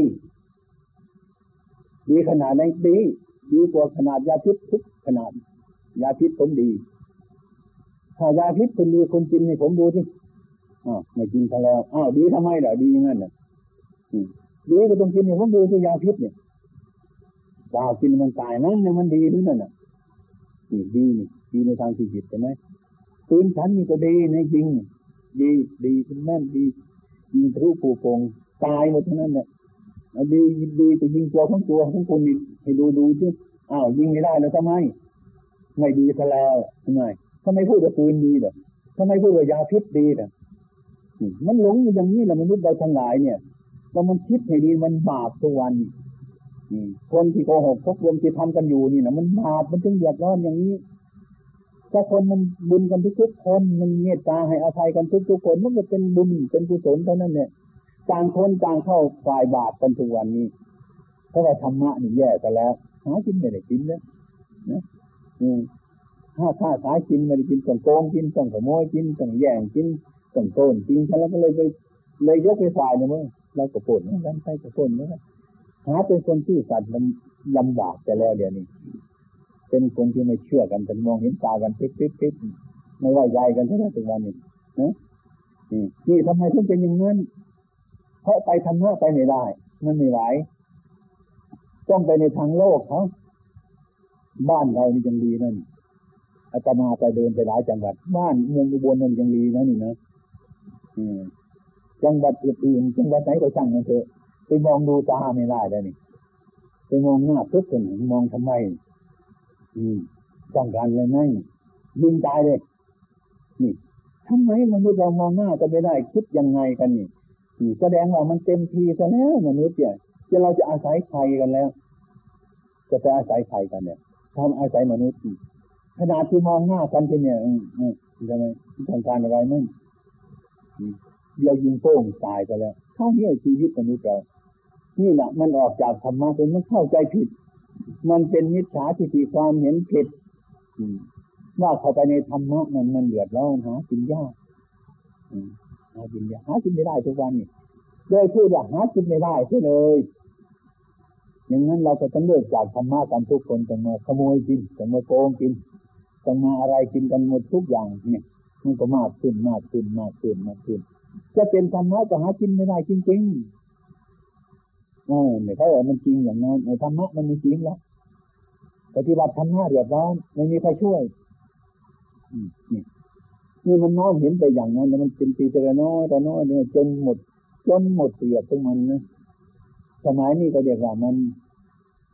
ดีขนาดไหนดีดีกว่าขนาดยาพิษทุกขนาดยาพิษผมดีถ้ายาพิษคุณดีคุณกินให้ผมดูที่อ้าวไม่กินซะแล้วอ้าวดีทำไมล่ะดีอย่างนั้นน่ะดีก็ต้องกินให้ผมดูที่ยาพิษเนี่ยดาวกินมันตายนั่นเนี่ยมันดีหรือนั่นน่ะนี่ดีนี่ดีในทางที่ผิดใช่ไหมปืนฉันนี่ก็ดีในจริงดีดีเป็นแม่นดียิงทะลุปูโป่งตายหมดทั้งนั้นแหละดีดีไปยิงตัวของตัวของคนนี่ให้ดูดูที่อ้าวยิงไม่ได้แล้วทำไมไม่ดีซะแล้วทำไมทำไมพูดว่าปืนดีล่ะทำไมพูดว่ายาพิษดีล่ะมันหลงอยู่อย่างนี้แหละมนุษย์เราทั้งหลายเนี่ยเรามันคิดให้ดีมันบาปทุกวันคนที่โกหกพกลมที่ทำกันอยู่นี่นะมันบาปมันถึงเดือดร้อนอย่างนี้ถ้าคนมันบุญกันทุกๆคนมันเมตตาให้อภัยกันทุกๆคนมันก็เป็นบุญเป็นกุศลเท่านั้นเนี่ยต่างคนต่างเข้าฝ่ายบาปกันทุกวันนี้เพราะว่าธรรมะนี่แย่กันแล้วหากินไม่ได้กินแล้วนะถ้าถ้าขายกินไม่ได้กินต้องโกงกินต้องขโมยกินต้องแย่งกินต้องโกงกินฉะนั้นก็เลยไปเลยยกไปฝ่ายนึงว่าเราก็ปนเหมือนกันไปก็ปนเหมือนกันหาเป็นคนที่สัตว์มันลำบากแต่แล้วเดี๋ยวนี้เป็นคนที่ไม่เชื่อกันเป็นมองเห็นตากันปิ๊บปิ๊บปิ๊บไม่ไว้ใจกันทั้งนั้นทุกวันนี้นะนี่นี่ทำไมถึงเป็นอย่างนั้นเพราะไปทำหน้าไปไม่ได้มันไม่ไหวต้องไปในทางโลกเขาบ้านเรานี่ยังดีนั่นอาตมาไปเดินไปหลายจังหวัดบ้านเมืองอุบลนั่นยังดีนะนี่นะอืมจังหวัดอื่นๆจังหวัดไหนก็ช่างมันเถอะไปมองดูตาไม่ได้เลยนี่ไปมองหน้าทุกคนมองทำไมอืมต้องการอะไรไหมยิงตายเลยนี่ทำไมมนุษย์เรามองหน้าจะไม่ได้คิดยังไงกันนี่นี่แสดงว่ามันเต็มทีซะแล้วมนุษย์เนี่ยจะเราจะอาศัยใครกันแล้วจะไปอาศัยใครกันเนี่ยทำอาศัยมนุษย์ขนาดที่มองหน้ากันเป็นเนี่ยอืมอืมทำไมต้องการอะไรไหมเรายิงโป้งตายไปแล้วเท่านี้ชีวิตมนุษย์เรานี่แหละมันออกจากธรรมะเป็นมันเข้าใจผิดมันเป็นมิจฉาทิฏฐิความเห็นผิดว่าเข้าไปในธรรมะมันมันเดือดร้อนหากินยากหากินยากหากินไม่ได้ทุกวันนี่โดยพูดว่าหากินไม่ได้เลยอย่างนั้นเราก็ต้องเลิกจากธรรมะกันทุกคนต้องมาขโมยกินต้องมาโกงกินต้องมาอะไรกินกันหมดทุกอย่างเนี่ยมันก็มากขึ้นมากขึ้นมากขึ้นมากขึ้นจะเป็นธรรมะก็หากินไม่ได้จริงๆอ๋อไม่ใช่ว่ามันจริงอย่างนั้นในธรรมะมันไม่จริงแล้วปฏิบัติธรรมะเดือดร้อนไม่มีใครช่วยนี่นี่มันน้อมเห็นไปอย่างนั้นแต่มันเป็นปีแต่ละน้อยแต่น้อยเนี่ยจนหมดจนหมดเปลือกของมันนะสมัยนี้ก็เรียกว่ามัน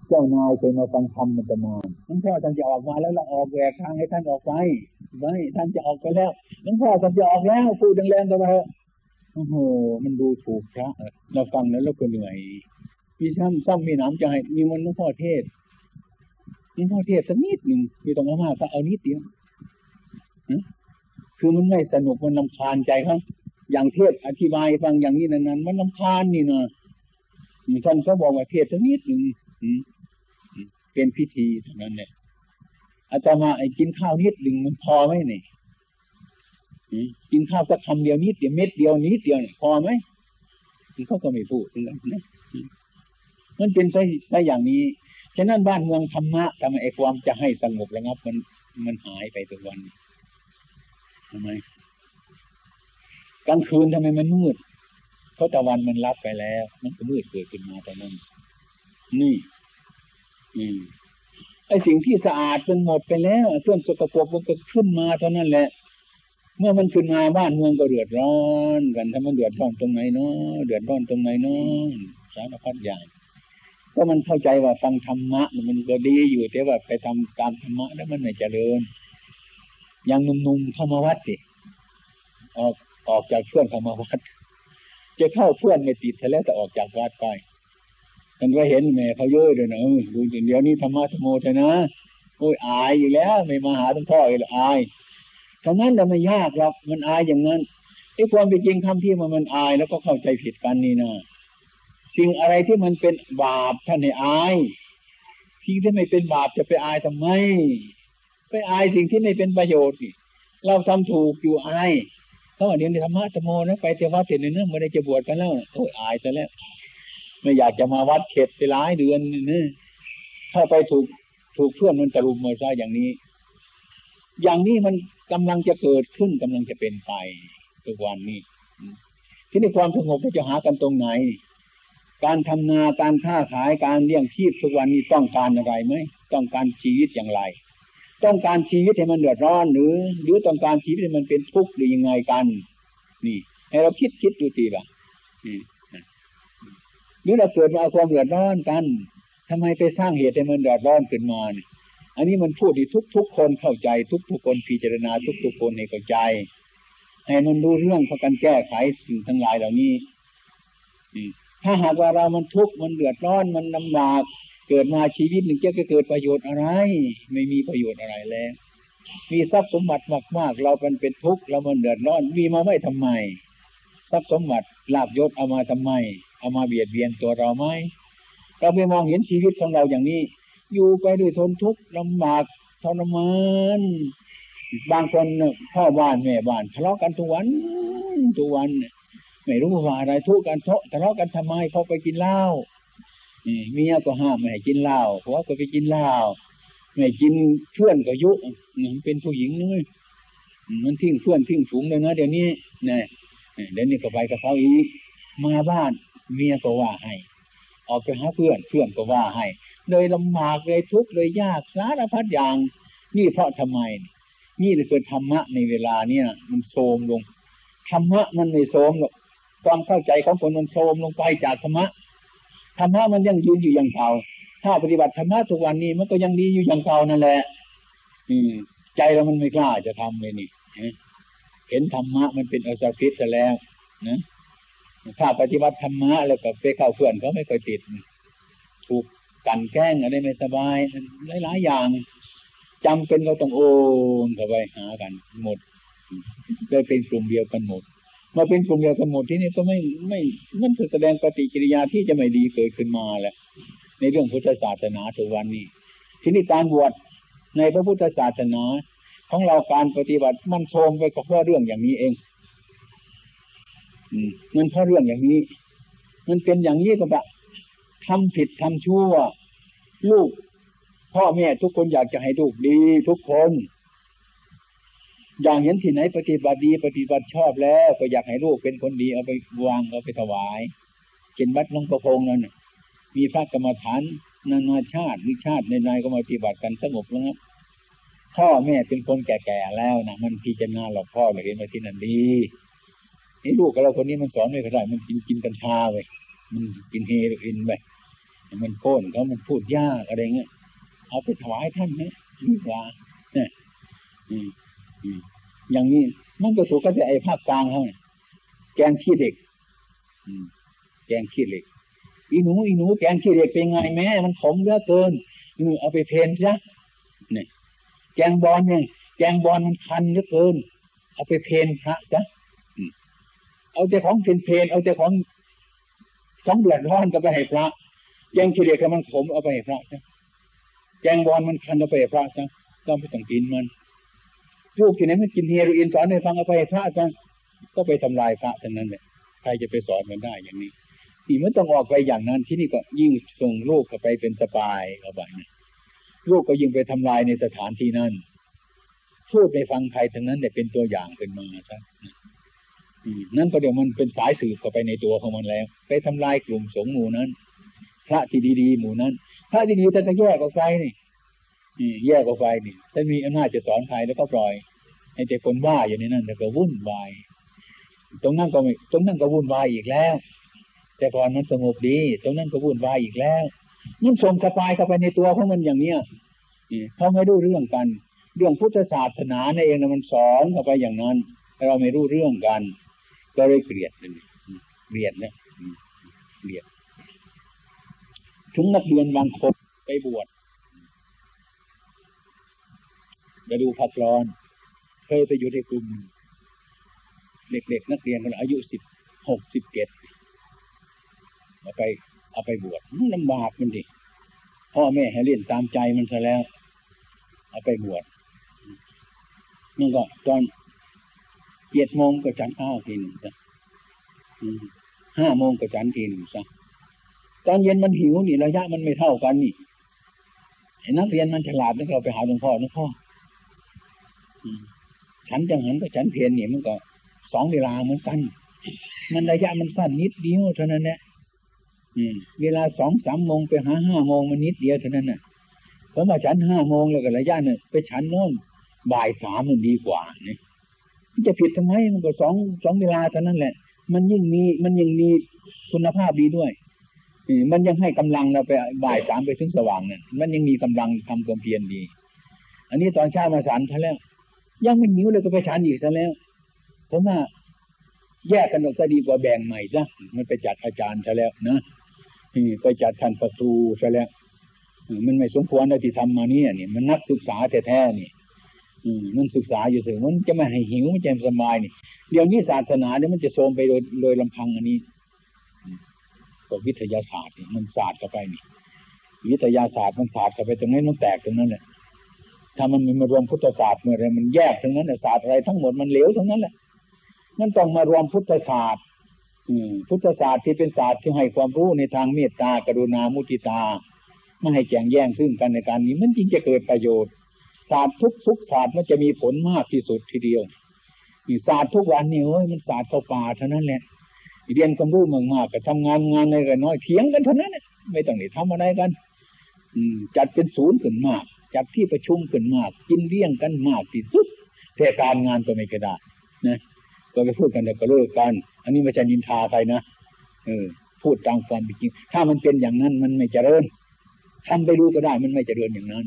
เจ้านายเคยมาฟังธรรมมันจะมาหลวงพ่อท่านจะออกมาแล้วเราออกแหวกทางให้ท่านออกไปไม่ท่านจะออกไปแล้วหลวงพ่อท่านจะออกแล้วพูดแรงๆกันไปโอ้โหมันดูถูกพระเราฟังแล้วเราก็เหนื่อยมีซ้ำซ้ำมีหนามใจมีมันหลวงพ่อเทศหลวงพ่อเทศสักนิดหนึ่งมีตรงนั้นมากก็เอานิดเดียวคือมันไม่สนุกมันรำคาญใจเขาอย่างเทศอธิบายฟังอย่างนี้นั้นๆมันรำคาญนี่นะท่านก็บอกว่าเทศสักนิดหนึ่งเป็นพิธีเท่านั้นเนี่ยอาตมาไอ้กินข้าวนิดหนึ่งมันพอไหมเนี่ยกินข้าวสักคำเดียวนิดเดียวเม็ดเดียวนิดเดียวเนี่ยพอไหมเขาก็ไม่พูดเลยนะมันเป็นไปซะอย่างนี้ฉะนั้นบ้านเมืองธรรมะทำไมไอ้ความจะให้สงบระงับมันมันหายไปทุกวันทำไมกลางคืนทำไมมันมืดเพราะตะวันมันรับไปแล้วมันก็มืดเกิดขึ้นมาตอนนั้นนี่อืมไอ้สิ่งที่สะอาดมันหมดไปแล้วเครื่องสกปรกมันก็ขึ้นมาเท่านั้นแหละเมื่อมันขึ้นมาบ้านเมืองก็เดือดร้อนกันถ้ามันเดือดร้อนตรงไหนเนาะเดือดร้อนตรงไหนเนาะสารพัดอย่างก็มันเข้าใจว่าฟังธรรมะมันก็ดีอยู่แต่ว่าไปทำตามธรรมะแล้วมันไม่เจริญอย่างหนุ่มๆเข้ามาวัดดิออกออกจากเพื่อนเข้ามาวัดจะเข้าเพื่อนไม่ติดแล้วแต่ออกจากวัดไปมันก็เห็นแม่เขาเยอะเลยนะดูเดี๋ยวนี้ธรรมะธรรมโมเถอะนะโอ้ยอายอยู่แล้วไม่มาหาหลวงพ่อเลยอายฉะนั้นแต่ไม่ยากหรอกมันอายอย่างนั้นไอ้ความเป็นจริงคำที่มันมันอายแล้วก็เข้าใจผิดกันนี่นะสิ่งอะไรที่มันเป็นบาปท่านให้อายสิ่งที่ไม่เป็นบาปจะไปอายทำไมไปอายสิ่งที่ไม่เป็นประโยชน์นี่เราทำถูกอยู่อายเขาบอกเดี๋ยวนี้ธรรมะธรรมโมนะไปเทวะเสร็จเนี่ยนะไม่ได้จะบวชกันแล้วโอ้ยอายซะแล้วไม่อยากจะมาวัดเข็ดไปหลายเดือนนี่ถ้าไปถูกถูกเพื่อนมันตะลุมมาซะอย่างนี้อย่างนี้มันกำลังจะเกิดขึ้นกำลังจะเป็นไปทุกวันนี้ที่นี่ความสงบจะหากันตรงไหนการทำนาการค้าขายการเลี้ยงชีพทุกวันนี้ต้องการอะไรไหมต้องการชีวิตอย่างไรต้องการชีวิตให้มันเดือดร้อนหรือหรือต้องการชีวิตให้มันเป็นทุกข์หรือยังไงกันนี่ให้เราคิดคิดดูทีละหรือเราเกิดมาเอาความเดือดร้อนกันทำไมไปสร้างเหตุให้มันเดือดร้อนขึ้นมาเนี่ยอันนี้มันพูดที่ทุกๆคนเข้าใจทุกๆคนพิจารณาทุกๆคนให้เข้าใจให้มันรู้เรื่องพากันแก้ไขสิ่งทั้งหลายเหล่านี้ถ้าหากว่าเรามันทุกข์มันเดือดร้อนมันลำบากเกิดมาชีวิตหนึ่งจะเกิดประโยชน์อะไรไม่มีประโยชน์อะไรแล้วมีทรัพย์สมบัติมากๆเราเป็นเป็นทุกข์เรามันเดือดร้อนมีมาไม่ทำไมทรัพย์สมบัติลาภยศเอามาทำไมเอามาเบียดเบียนตัวเราไหมเราไปมองเห็นชีวิตของเราอย่างนี้อยู่ไปด้วยทนทุกข์ลำบากทรมานบางคนพ่อบ้านแม่บ้านทะเลาะกันทุกวันทุกวันไม่รู้ว่าอะไรทุกข์กันทะเลาะกันทำไมเพราะไปกินเหล้าเมียก็ห้ามไม่ให้กินเหล้าผัวก็ไปกินเหล้าไม่กินเพื่อนก็ยุมันเป็นผู้หญิงนี่มันทิ้งเพื่อนทิ้งฝูงเลยนะเดี๋ยวนี้เนี่ยเดี๋ยวนี้ก็ไปกับเขาอีกมาบ้านเมียก็ว่าให้ออกไปหาเพื่อนเพื่อนก็ว่าให้เลยลำบากเลยทุกข์เลยยากสารพัดอย่างนี่เพราะทำไมนี่คือธรรมะในเวลาเนี้ยมันโทรมลงธรรมะมันไม่โทรมหรอกความเข้าใจของคนมันโทรมลงไปจากธรรมะธรรมะมันยังยืนอยู่อย่างเก่าถ้าปฏิบัติธรรมะทุกวันนี้มันก็ยังดีอยู่อย่างเก่านั่นแหละอืมใจเรามันไม่กล้าจะทำเลยนี่เห็นธรรมะมันเป็นอสรพิษซะแล้วนะถ้าปฏิบัติธรรมะแล้วก็ไปเข้าเพื่อนเขาไม่ค่อยติดถูกกันแกล้งอะไรไม่สบายหลายๆอย่างจำเป็นเราต้องโอนเข้าไปหากันหมดเลยเป็นกลุ่มเดียวกันหมดมาเป็นกลุ่มเดียวกันหมดที่นี่ก็ไม่ไม่มันแสดงปฏิกิริยาที่จะไม่ดีเกิดขึ้นมาแหละในเรื่องพุทธศาสนาทุกวันนี้ที่นี่การบวชในพระพุทธศาสนาของเราการปฏิบัติมันโทรมไปกับเพราะเรื่องอย่างนี้เองอืมมันเพราะเรื่องอย่างนี้มันเป็นอย่างนี้ก็แบบทำผิดทำชั่วลูกพ่อแม่ทุกคนอยากจะให้ลูกดีทุกคนอย่างเห็นที่ไหนปฏิบัติดีปฏิบัติชอบแล้วก็อยากให้ลูกเป็นคนดีเอาไปวางเอาไปถวายเช่นวัดหลวงประพงษ์นั่นมีพระกรรมฐานนานาชาติวิชาติในๆก็มาปฏิบัติกันสงบแล้วครับพ่อแม่เป็นคนแก่ๆแล้วนะมันพิจารณาหลอกพ่อเลยเห็นว่าที่นั่นดีนี่ลูกกับเราคนนี้มันสอนไม่ได้มันกินกินกัญชาไปมันกินเฮโรอีนไปมันโค่นเขามันพูดยากอะไรเงี้ยเอาไปถวายท่านนะดีกว่าเนี่ยอย่างนี้มันก็ถูกก็จะไอ้ภาคกลางเขาแกงขี้เด็กแกงขี้เหล็กอีหนูอีหนูแกงขี้เหล็กเป็นไงแม่มันขมเยอะเกินเอาไปเพลนซะเนี่ยแกงบอลเนี่ยแกงบอลมันคันเหลือเกินเอาไปเพลนพระซะเอาแต่ของเพลนเพลนเอาแต่ของสองเดือดร้อนก็ไปให้พระแกงขี้เหล็กมันขมเอาไปให้พระซะแกงบอลมันคันเอาไปให้พระซะต้องไม่ต้องกินมันลูกที่ไหนมันกินเฮโรอีนสอนให้ฟังเอาไปให้พระซะก็ไปทำลายพระทั้งนั้นแหละใครจะไปสอนมันได้อย่างนี้ที่มันต้องออกไปอย่างนั้นที่นี่ก็ยิ่งส่งลูกเข้าไปเป็นสปายเข้าไปนะลูกก็ยิ่งไปทำลายในสถานที่นั้นพูดไปฟังใครทั้งนั้นเนี่ยเป็นตัวอย่างเป็นมาซะนั่นก็เดี๋ยวมันเป็นสายสืบเข้าไปในตัวของมันแล้วไปทำลายกลุ่มสงฆ์หมู่นั้นพระที่ดีๆหมู่นั้นพระที่ดีท่านจะแยกออกไปนี่แยกออกไปนี่ถ้ามีอำนาจจะสอนใครแล้วก็ปล่อยให้แต่คนว่าอยู่ในนั้นแล้วก็วุ่นวายตรงนั้นก็ไม่ตรงนั้นก็วุ่นวายอีกแล้วแต่ก่อนมันสงบดีตรงนั้นก็วุ่นวายอีกแล้วมันส่งสปายเข้าไปในตัวของมันอย่างเนี้ยเขาไม่รู้เรื่องกันเรื่องพุทธศาสนาเนี่ยเองนะมันสอนเข้าไปอย่างนั้นเราไม่รู้เรื่องกันก็เลยเกลียดเลยเกลียดนะเกลียดถึงนักเรียนบางคนไปบวชไปดูพักร้อนเคยไปอยู่ในกลุ่มเด็กๆนักเรียนคนอายุสิบหกสิบเจ็ดเอาไปเอาไปบวชมันลำบากมันดิพ่อแม่ให้เล่นตามใจมันซะแล้วเอาไปบวชนี่ก็ตอนเจ็ดโมงก็ฉันข้าวทีหนึ่งซะห้าโมงก็ฉันทีหนึ่งซะตอนเย็นมันหิวนี่ระยะมันไม่เท่ากันนี่ไอ้นักเรียนมันฉลาดแล้วก็ไปหาหลวงพ่อหลวงพ่อฉันจังหันก็ฉันเพลินนี่มันก็สองเวลาเหมือนกันมันระยะมันสั้นนิดเดียวเท่านั้นแหละเวลาสองสามโมงไปหาห้าโมงมันนิดเดียวเท่านั้นน่ะผมว่าฉันห้าโมงแล้วก็ระยะเนี่ยไปฉันโน่นบ่ายสามมันดีกว่าเนี่ยมันจะผิดทำไมมันก็สองสองเวลาเท่านั้นแหละมันยิ่งมีมันยิ่งมีคุณภาพดีด้วยมันยังให้กำลังเราไปบ่ายสามไปถึงสว่างเนี่ยมันยังมีกำลังทำความเพียรดีอันนี้ตอนเช้ามาฉันซะแล้วยังไม่หิวเลยก็ไปฉันอีกซะแล้วผมว่าแยกกันออกซะดีกว่าแบ่งใหม่ซะมันไปจัดอาจารย์ซะแล้วนะไปจัดท่านประตูซะแล้วมันไม่สมควรที่ทำมาเนี่ยนี่มันนักศึกษาแท้ๆนี่มันศึกษาอยู่เสมอมันจะไม่ให้หิวมันจะสบายนี่เดี๋ยวนี้ศาสนาเนี่ยมันจะโทรมไปโดยโดยลำพังอันนี้ก็วิทยาศาสตร์นี่มันศาสตร์เข้าไปนี่วิทยาศาสตร์มันศาสตร์เข้าไปตรงนั้นมันแตกตรงนั้นแหละถ้ามันมารวมพุทธศาสตร์เมื่อไรมันแยกทั้งนั้นศาสตร์อะไรทั้งหมดมันเหลวทั้งนั้นแหละมันต้องมารวมพุทธศาสตร์พุทธศาสตร์ที่เป็นศาสตร์ที่ให้ความรู้ในทางเมตตากรุณามุทิตาไม่ให้แข่งแย่งซึ่งกันในการนี้มันจริงจะเกิดประโยชน์ศาสตร์ทุกทุกศาสตร์มันจะมีผลมากที่สุดทีเดียวศาสตร์ทุกวันนี้เฮ้ยมันศาสตร์เข้าป่าเท่านั้นแหละเรียนความรู้มากๆก็ทำงานงานอะไรกันน้อยเถียงกันเท่านั้นไม่ต้องได้ทำอะไรกันจัดเป็นศูนย์ขึ้นมากจัดที่ประชุมขึ้นมากกินเลี้ยงกันมากที่สุดแต่การงานก็ไม่กระดาษนะก็ไปพูดกันแต่ก็เลิกกันอันนี้ไม่ใช่นินทาใครนะเออพูดตามความเป็นจริงถ้ามันเป็นอย่างนั้นมันไม่เจริญทำไปดูก็ได้มันไม่เจริญอย่างนั้น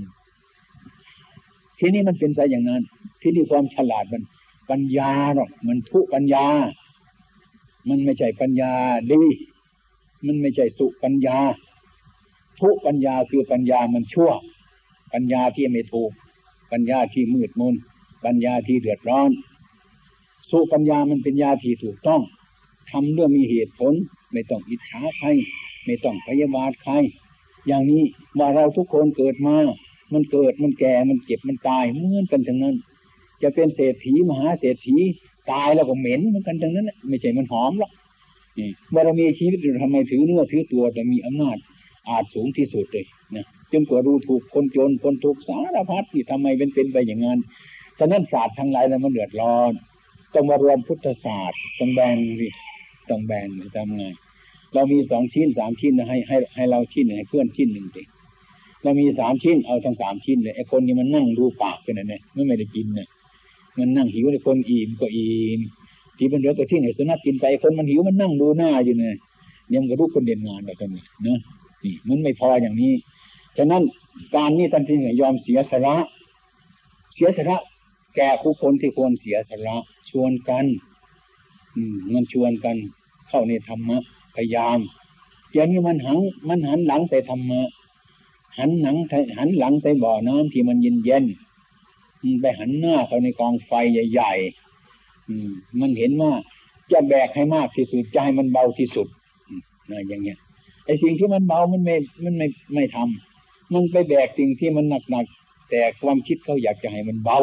ทีนี้มันเป็นซะอย่างนั้นที่นี่ความฉลาดมันปัญญาหรอกมันทุปัญญามันไม่ใช่ปัญญาดีมันไม่ใช่สุปัญญาทุปัญญาคือปัญญามันชั่วปัญญาที่ไม่ถูกปัญญาที่มืดมนปัญญาที่เดือดร้อนสุปัญญามันเป็นญาที่ถูกต้องทำด้วยมีเหตุผลไม่ต้องอิจฉาใครไม่ต้องพยาบาทใครอย่างนี้ว่าเราทุกคนเกิดมามันเกิดมันแก่มันเจ็บมันตายเหมือนกันทั้งนั้นจะเป็นเศรษฐีมหาเศรษฐีตายแล้วก็เหม็นเหมือนกันทั้งนั้นไม่ใช่มันหอมหรอกบารมีชีวิตเราทำไมถือเนื้อถือตัวแต่มีอำนาจอาจสูงที่สุดเลยนะจนกว่ารู้ถูกคนจนคนทุกข์สารพัดที่ทำไมเป็นเป็นไปอย่างนั้นฉะนั้นศาสตร์ทั้งหลายแล้วมันเดือดร้อนต้องมารวมพุทธศาสตร์ต้องแบ่งดิต้องแบ่งทำไงเรามีสองชิ้นสามชิ้นนะให้ให้ให้เราชิ้นหนึ่งให้เพื่อนชิ้นหนึ่งดิเรามีสามชิ้นเอาทั้งสามชิ้นเลยไอ้คนนี้มันนั่งดูปากกันนะเนี่ยไม่ไม่ได้กินเนี่ยมันนั่งหิวไอ้คนอิ่มก็อิ่มที่มันเหลือก็ทิ้งไอ้สุนัขกินไปคนมันหิวมันนั่งดูหน้าอยู่เนี่ยยังกระดูกคนเด่นงานแบบนี้นะนี่มันไม่พออย่างนี้ฉะนั้นการนี้ท่านจึงยอมเสียสละเสียสละแก่ผู้คนที่ควรเสียสละชวนกันอืมมันชวนกันเข้าในธรรมะพยายามอย่างนี้มันหันมันหันหลังใส่ธรรมะหันหลังหันหลังใส่บ่อน้ำที่มันเย็นเย็นไปหันหน้าเข้าในกองไฟใหญ่ๆอืมมันเห็นว่าจะแบกให้มากที่สุดจะให้มันเบาที่สุดนะอย่างเงี้ยไอ้สิ่งที่มันเบามันไม่มันไม่ไม่ทำมันไปแบกสิ่งที่มันหนักๆแต่ความคิดเขาอยากจะให้มันเบา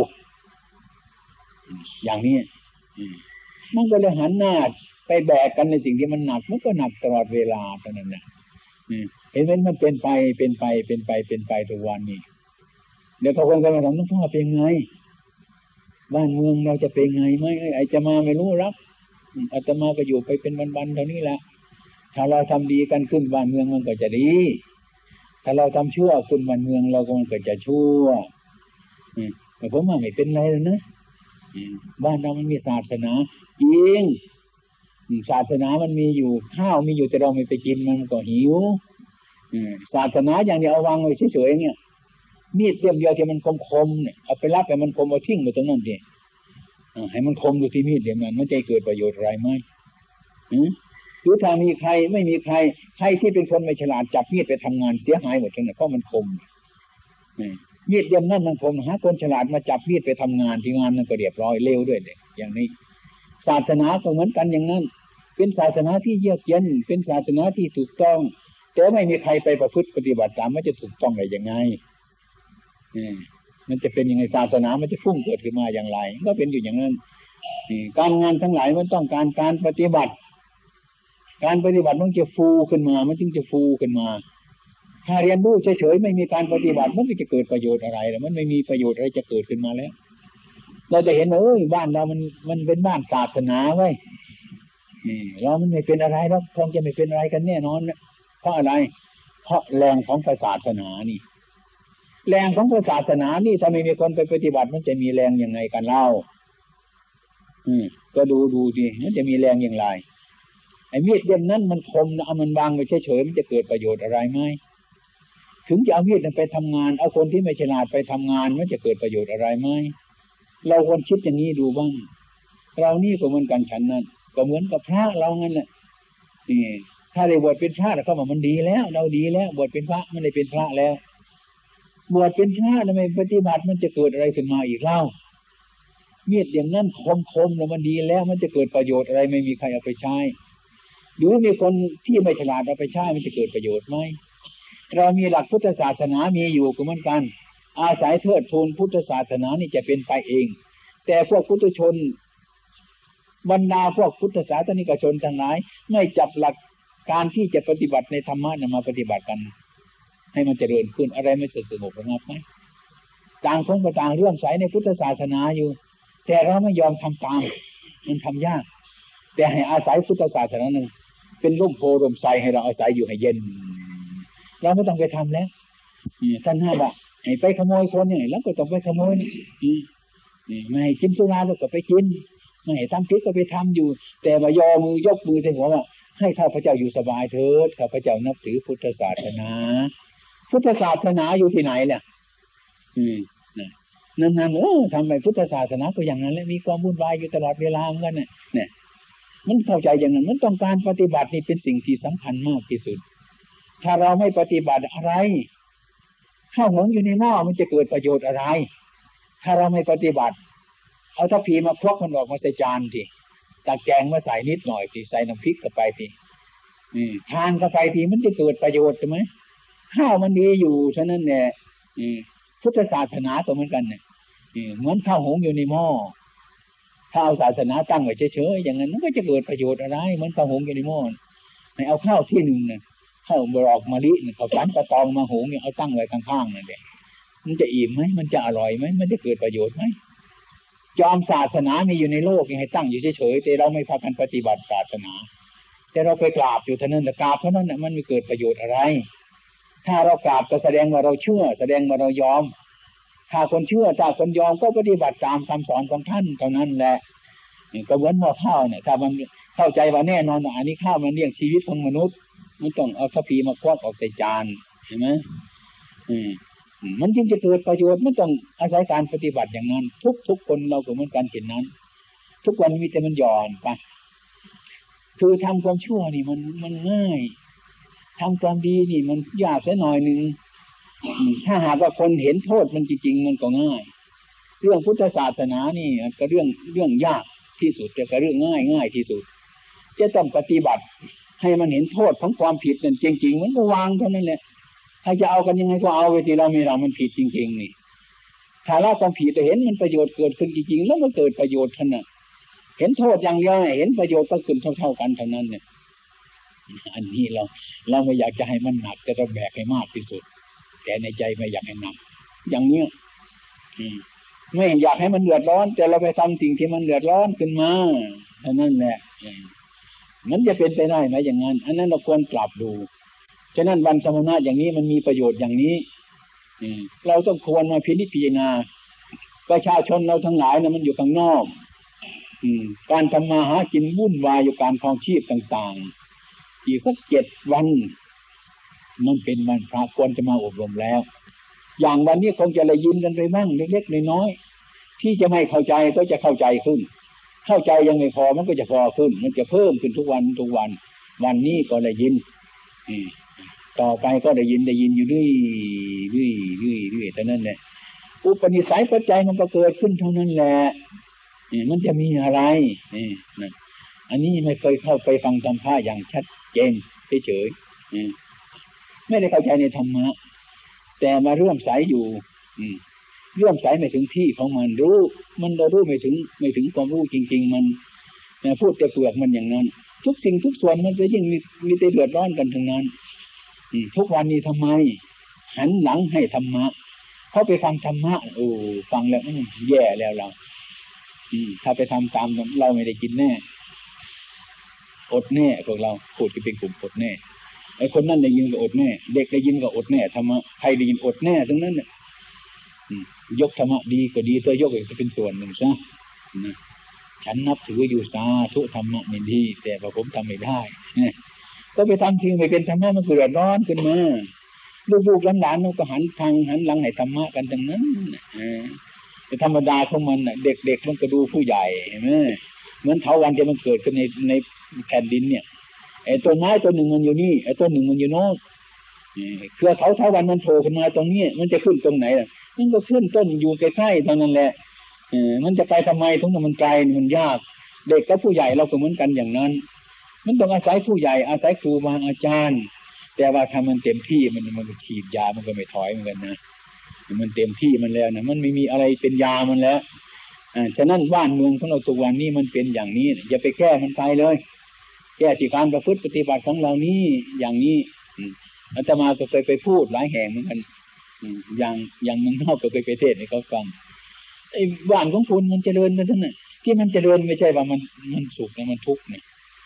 อย่างนี้มันก็เลยหันหน้าไปแบกกันในสิ่งที่มันหนักมันก็หนักตลอดเวลาเท่านั้นนะเห็นไหมมันเป็นไปเป็นไปเป็นไปเป็นไปทุกวันนี้เดี๋ยวเขาคนกันมาถามหลวงพ่อเป็นไงบ้านเมืองเราจะเป็นไงไหมไอ้จะมาไม่รู้รักอาตมาก็อยู่ไปเป็นวันๆเท่านี้แหละถ้าเราทำดีกันขึ้นบ้านเมืองมันก็จะดีถ้าเราทำชั่วขึ้นบ้านเมืองเราก็มันก็จะชั่วแต่ผมว่าไม่เป็นไรเลยนะบ้านเรามันมีศาสนาจริงศาสนามันมีอยู่ข้าวมีอยู่แต่เราไม่ไปกินมันก็หิวศาสนาอย่างเดียวเอาวางไว้เฉยๆเนี่ยมีดเล่มเดียวที่มันคมๆเนี่ยเอาไปรับไปมันคมเอาทิ้งไปตรงนั้นดิให้มันคมอยู่ที่มีดเล่มนั้นมันจะเกิดประโยชน์อะไรไหมหรือถ้ามีใครไม่มีใครใครที่เป็นคนไม่ฉลาดจับมีดไปทำงานเสียหายหมดทั้งนั้นเพราะมันคมมีดเล่มนั้นมันคมหาคนฉลาดมาจับมีดไปทำงานที่งานนั้นก็เรียบร้อยเร็วด้วยเด็กอย่างนี้ศาสนาก็เหมือนกันอย่างนั้นเป็นศาสนาที่เยือกเย็นเป็นศาสนาที่ถูกต้องแต่ไม่มีใครไปประพฤติปฏิบัติตามมันจะถูกต้องได้ยังไงมันจะเป็นยังไงศาสนามันจะพุ่งเกิดขึ้นมาอย่างไรก็เป็นอยู่อย่างนั้นการงานทั้งหลายมันต้องการการปฏิบัติการปฏิบัติมันจะฟูขึ้นมามันจึงจะฟูขึ้นมาถ้าเรียนรู้เฉยๆไม่มีการปฏิบัติมันจะเกิดประโยชน์อะไรล่ะมันไม่มีประโยชน์อะไรจะเกิดขึ้นมาแล้วเราจะเห็นว่าเอ้ยบ้านเรามันมันเป็นบ้านศาสนาไว้นี่เรามันไม่เป็นอะไรแล้วคงจะไม่เป็นอะไรกันแน่นอนนะเพราะอะไรเพราะแรงของศาสนานี่แรงของศาสนานี่ถ้าไม่มีคนไปปฏิบัติมันจะมีแรงยังไงกันเล่าอืมก็ดูดูดิมันจะมีแรงอย่างไรไอ้มีดเล่มนั้นมันคมนะเอามันวางไว้เฉยๆมันจะเกิดประโยชน์อะไรไหมถึงจะเอามีดนั้นไปทำงานเอาคนที่ไม่ฉลาดไปทำงานมันจะเกิดประโยชน์อะไรไหมเราควรคิดอย่างนี้ดูบ้างเรานี่ก็เหมือนกันฉันนั้นก็เหมือนกับพระเรางั้นแหละนี่ถ้าได้บวชเป็นพระแล้วเขาบอกมันดีแล้วเราดีแล้วบวชเป็นพระมันได้เป็นพระแล้วบวชเป็นพระทำไมปฏิบัติมันจะเกิดอะไรขึ้นมาอีกเล่ามีดอย่างนั้นคมๆแล้วมันดีแล้วมันจะเกิดประโยชน์อะไรไม่มีใครเอาไปใช้หรือมีคนที่ไม่ฉลาดเอาไปใช้มันจะเกิดประโยชน์ไหมเรามีหลักพุทธศาสนามีอยู่ก็เหมือนกันอาศัยเทิดทูนพุทธศาสนานี่จะเป็นไปเองแต่พวกพุทธชนบรรดาพวกพุทธศาสนิกชนทั้งหลายไม่จับหลักการที่จะปฏิบัติในธรรมะมาปฏิบัติกันให้มันเจริญขึ้นอะไรไม่จะสงบระงับไหมต่างคนก็ต่างเรื่องใสในพุทธศาสนาอยู่แต่เราไม่ยอมทำตามมันทำยากแต่ให้อาศัยพุทธศาสนาหนึ่งเป็นร่มโพร่มไทรให้เราอาศัยอยู่ให้เย็นเราไม่ต้องไปทำแล้วท่านห้ามว่าให้ไปขโมยคนเนี่ยแล้วก็ต้องไปขโมยนี่ไม่ให้กินสุราแล้วก็ไปกินไม่ให้ทำผิดก็ไปทำอยู่แต่ว่ายอมือยกมือใส่หัวว่าให้ข้าพเจ้าอยู่สบายเถิดข้าพเจ้านับถือพุทธศาสนาพุทธศาสนาอยู่ที่ไหนเนี่ยอืมนั่นๆเออทำไปพุทธศาสนาก็อย่างนั้นแหละมีความวุ่นวายอยู่ตลอดเวลาเหมือนกันเนี่ยมันเข้าใจอย่างนั้นมันต้องการปฏิบัตินี่เป็นสิ่งที่สำคัญมากที่สุดถ้าเราไม่ปฏิบัติอะไรข้าวหงอยู่ในหม้อมันจะเกิดประโยชน์อะไรถ้าเราไม่ปฏิบัติเอาทัพพีมาควักมันออกมาใส่จานทีตักแกงมาใส่นิดหน่อยทีใส่น้ำพริกเข้าไปทีทานเข้าไปทีมันจะเกิดประโยชน์ใช่ไหมข้าวมันดีอยู่ฉะนั้นเนี่ยพุทธศาสนาก็เหมือนกันเนี่ยเหมือนข้าวหงอยู่ในหม้อถ้าเอาศาสนาตั้งไว้เฉยๆอย่างนั้นมันก็จะเกิดประโยชน์อะไรเหมือนข้าวหงอยู่ในหม้อให้เอาข้าวที่หนึ่งเนี่ยข้าวบรอกมะลิเนี่ยข้าวสารกระตองมาหงเนี่ยเอาตั้งไว้ข้างๆนั่นเองมันจะอิ่มไหมมันจะอร่อยไหมมันจะเกิดประโยชน์ไหมจอมศาสนามีอยู่ในโลกยังให้ตั้งอยู่เฉยๆแต่เราไม่พากันปฏิบัติศาสนาแต่เราไปกราบอยู่เท่านั้นแต่กราบเท่านั้นน่ะมันไม่เกิดประโยชน์อะไรถ้าเรากราบก็แสดงว่าเราเชื่อแสดงว่าเรายอมถ้าคนเชื่อถ้าคนยอมก็ปฏิบัติตามคำสอนของท่านเท่านั้นแหละก็เหมือนหม้อข้าวเนี่ยถ้ามันเข้าใจว่าแน่นอนอันนี้ข้าวมันเลี้ยงชีวิตของมนุษย์มันต้องเอาทัพพีมาควักออกใส่จานเห็นไหมอืมมันจึงจะเกิดประโยชน์มันต้องอาศัยการปฏิบัติอย่างนั้นทุกทุกคนเราก็เหมือนกันเช่นนั้นทุกวันมีแต่มันหย่อนไปคือทำความชั่วนี่มันมันง่ายทำความดีนี่มันยากสักหน่อยหนึ่งถ้าหากว่าคนเห็นโทษมันจริงๆมันก็ง่ายเรื่องพุทธศาสนานี่ก็เรื่องเรื่องยากที่สุดแต่ก็เรื่องง่ายง่ายที่สุดจะต้องปฏิบัติให้มันเห็นโทษของความผิดนั่นจริงๆมันก็วางเท่านั้นแหละถ้าจะเอากันยังไงก็เอาไปที่เราไม่เรามันผิดจริงๆนี่ถ้าเราความผิดแต่เห็นมันประโยชน์เกิดขึ้นจริงๆแล้วมันเกิดประโยชน์ท่านน่ะเห็นโทษอย่างเดียวเห็นประโยชน์ก็ขึ้นเท่าๆกันเท่านั้นเนี่ยอันนี้เราเราไม่อยากจะให้มันหนักแต่เราแบกให้มากที่สุดแต่ในใจไม่อยากให้หนักอย่างเนี้ยไม่อยากให้มันเดือดร้อนแต่เราไปทำสิ่งที่มันเดือดร้อนขึ้นมาเท่านั้นแหละมันจะเป็นไปได้ไหมอย่างนั้นอันนั้นเราควรปรับดูฉะนั้นวันสมณะอย่างนี้มันมีประโยชน์อย่างนี้เราต้องควรมาพินิจพิจารณาประชาชนเราทั้งหลายนะมันอยู่ข้างนอกการทำมาหากินวุ่นวายอยู่การครองชีพต่างๆอีกสักเจ็ดวันมันเป็นวันพระควรจะมาอบรมแล้วอย่างวันนี้คงจะได้ยินกันไปบ้างเล็กๆน้อยๆที่จะไม่เข้าใจก็จะเข้าใจขึ้นเข้าใจยังไม่พอมันก็จะพอขึ้นมันจะเพิ่มขึ้นทุกวันทุกวันวันนี้ก็ได้ยินต่อไปก็ได้ยินได้ยินอยู่เรื่อยเรื่อยเรื่อยเรื่อยเท่านั้นแหละอุปนิสัยปัจจัยมันก็เกิดขึ้นเท่านั้นแหละนี่มันจะมีอะไรนี่นะอันนี้ไม่เคยเข้าไปฟังธรรมะอย่างชัดเจนเฉยๆไม่ได้เข้าใจในธรรมะแต่มาเรื่อมใสอยู่เรื่อมใสไม่ถึงที่ของมันรู้มันเรารู้ไม่ถึงไม่ถึงความรู้จริงๆมันพูดแต่เปลือกมันอย่างนั้นทุกสิ่งทุกส่วนมันจะยิ่งมีมีแต่เดือดร้อนกันทั้งนั้นทุกวันนี้ทำไมหันหลังให้ธรรมะเขาไปฟังธรรมะโอ้ฟังแล้วแย่แล้วเราถ้าไปทำตามเราไม่ได้กินแน่อดแน่พวกเราพูดกันเป็นกลุ่มอดแน่ไอ้คนนั้นได้ยินก็อดแน่เด็กได้ยินก็อดแน่ธรรมะใครได้ยินอดแน่ทั้งนั้นเนี่ยยกธรรมะดีก็ดีตัวยกอีกจะเป็นส่วนหนึ่งซะนะฉันนับถืออยู่สาธุธรรมะนี่ดีแต่ว่าผมทำไม่ได้ก็ไปทำจริงไม่เป็นธรรมะมันเกิดร้อนขึ้นมาลูกๆหลานๆมันก็หันทางหันหลังให้ธรรมะกันทั้งนั้นแต่ธรรมดาของมันเด็กๆมันก็ดูผู้ใหญ่เห็นไหมเหมือนเถาวัลย์ที่มันเกิดขึ้นในในแผ่นดินเนี่ยไอ้ต้นไม้ต้นหนึ่งมันอยู่นี่ไอ้ต้นหนึ่งมันอยู่โน้นเครือเขาเถาวัลย์มันโผล่ขึ้นมาตรงนี้มันจะขึ้นตรงไหนล่ะมันก็ขึ้นต้นอยู่ใกล้ๆตรงนั้นแหละมันจะไปทำไมถึงมันไกลมันยากเด็กกับผู้ใหญ่เราก็เหมือนกันอย่างนั้นมันต้องอาศัยผู้ใหญ่อาศัยครูบาอาจารย์แต่ว่าถ้ามันเต็มที่มันมันฉีดยามันก็ไม่ถอยเหมือนกันนะมันเต็มที่มันแล้วนะมันไม่มีอะไรเป็นยามันแล้วอ่าฉะนั้นบ้านเมืองของเราทุกวันนี้มันเป็นอย่างนี้อย่าไปแก้มันไปเลยแก้ที่การประพฤติปฏิบัติของเรานี้อย่างนี้อาตมาก็เคยไปพูดหลายแห่งเหมือนกันอย่างอย่างเมืองนอกก็เคยไปเทศน์ให้เขาฟังไอ้บ้านของคุณมันเจริญนั่นน่ะที่มันเจริญไม่ใช่ว่ามันมันสุขนะมันทุกข์เนี่ย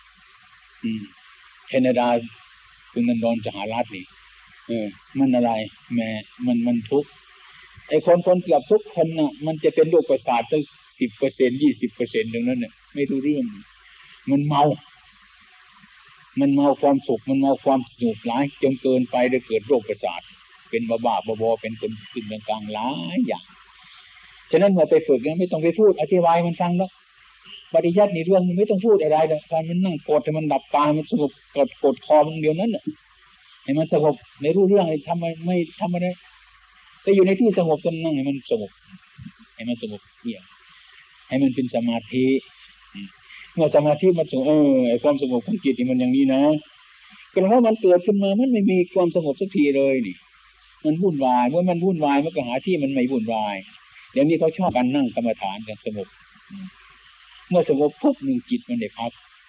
แคนาดาคุณนันดอนสหรัฐนี่เออมันอะไรแม่มันมันทุกข์ไอ้คนคนเกือบทุกคนน่ะมันจะเป็นโรคประสาทตั้งสิบเปอร์เซ็นต์ยี่สิบเปอร์เซ็นต์ตรงนั้นเนี่ยไม่รู้เรื่องมันเมามันเมาความสุขมันเมาความสนุกหลายจนเกินไปได้เกิดโรคประสาทเป็นบ้าบ้าบอเป็นคนขึ้นกลางๆหลายอย่างฉะนั้นเมื่อไปฝึกเนี่ยไม่ต้องไปพูดอธิบายมันฟังแล้วปฏิยัติในเรื่องมันไม่ต้องพูดอะไรเลยการมันนั่งกดให้มันดับกายมันสงบกดกดคอมันเดียวนั้นให้มันสงบในรู้เรื่องให้ทำไมไม่ทำอะไรแต่อยู่ในที่สงบจนนั่งให้มันสงบให้มันสงบเงียบให้มันเป็นสมาธิเมื่อสมาธิมันสงบเออไอ้ความสงบของจิตนี่มันอย่างนี้นะก็เพราะมันเกิดขึ้นมามันไม่มีความสงบสักทีเลยนี่มันวุ่นวายเมื่อมันวุ่นวายมันก็หาที่มันไม่วุ่นวายเดี๋ยวนี้เขาชอบกันนั่งกรรมฐานกันสงบเมื่อสงบปุ๊บหนึ่งจิตมันได้พัก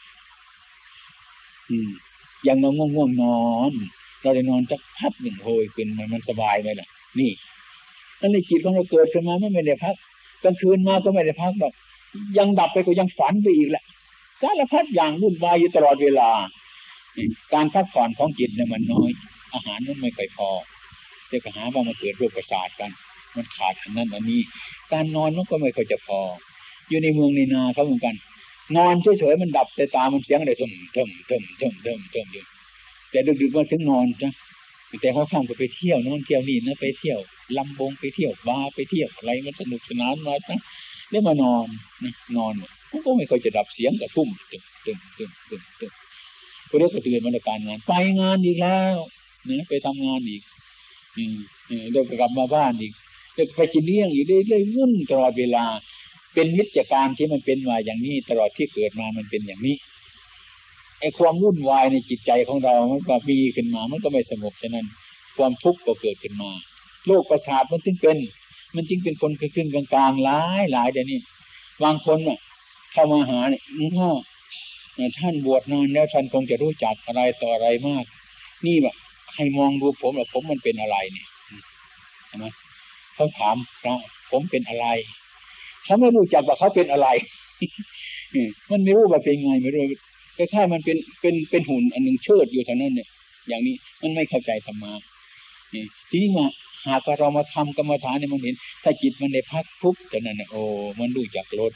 อืมอย่างเราง่วงๆนอนเราได้นอนสักพักหนึ่งโหยขึ้นมันมันสบายไหมล่ะนี่นั่นในจิตของเราเกิดขึ้นมาไม่ได้พักกลางคืนมาก็ไม่ได้พักหรอกยังดับไปก็ยังฝันไปอีกแหละสารพัดอย่างวุ่นวายอยู่ตลอดเวลาการพักผ่อนของจิตเนี่ยมันน้อยอาหารมันไม่ค่อยพอจะหาว่ามันเกิดโรคประสาทกันมันขาดอันนั้นอันนี้การนอนมันก็ไม่ค่อยจะพออยู่ในเมืองในนาเขาเหมือนกันนอนเฉยๆมันดับแต่ตามันเสียงอะไรทึมทึมทึมทึมทึมทึมอยู่แต่แต่ดึกๆมาถึงนอนจ้ะแต่เขาข้ามก็ไปเที่ยวโน่นเที่ยวนี่นะไปเที่ยวลำบงไปเที่ยวบาร์ไปเที่ยวอะไรมันสนุกสนานมาจ้ะแล้วมานอนนะนอนมันก็ไม่ค่อยจะดับเสียงกระทุ่มตึ้งตึ้งตึ้งตึ้งตึ้งก็เรียกกระตือรือการงานไปงานอีกแล้วนะไปทำงานอีกอืมเดี๋ยวกลับมาบ้านอีกเดี๋ยวไปกินเลี้ยงอีกเรื่อยๆวุ่นตลอดเวลาเป็นนิจการที่มันเป็นมาอย่างนี้ตลอดที่เกิดมามันเป็นอย่างนี้ไอ้ความวุ่นวายในจิตใจของเรามันก็มีขึ้นมามันก็ไม่สงบฉะนั้นความทุกข์ก็เกิดขึ้นมาโรคประสาทมันจึงเป็นมันจึงเป็นคนขึ้นกลางๆหลายหลายเดี๋ยวนี้บางคนน่ะเข้ามาหาเนี่ยพ่อท่านบวชนานแล้วท่านคงจะรู้จักอะไรต่ออะไรมากนี่แบบให้มองดูผมว่าผมมันเป็นอะไรเนี่ยใช่ไหมเขาถามพระผมเป็นอะไรเขาไม่รู้จักว่าเขาเป็นอะไรมันไม่รู้ว่าเป็นไงไม่รู้คล้ายๆมันเป็นเป็นเป็นหุ่นอันหนึ่งเชิดอยู่เท่านั้นเนี่ยอย่างนี้มันไม่เข้าใจธรรมะทีนี้มาหากเรามาทำกรรมฐานเนี่ยมันเห็นถ้าจิตมันได้พักทุกข์เท่านั้นเนี่ยโอ้มันรู้จักลด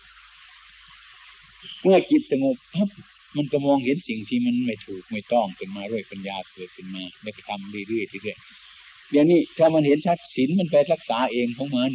เมื่อจิตสงบทับมันก็มองเห็นสิ่งที่มันไม่ถูกไม่ต้องขึ้นมาด้วยปัญญาเกิดขึ้นมาแล้วก็ทำเรื่อยๆเรื่อยๆเดี๋ยวนี้ถ้ามันเห็นชัดศีลมันไปรักษาเองของมัน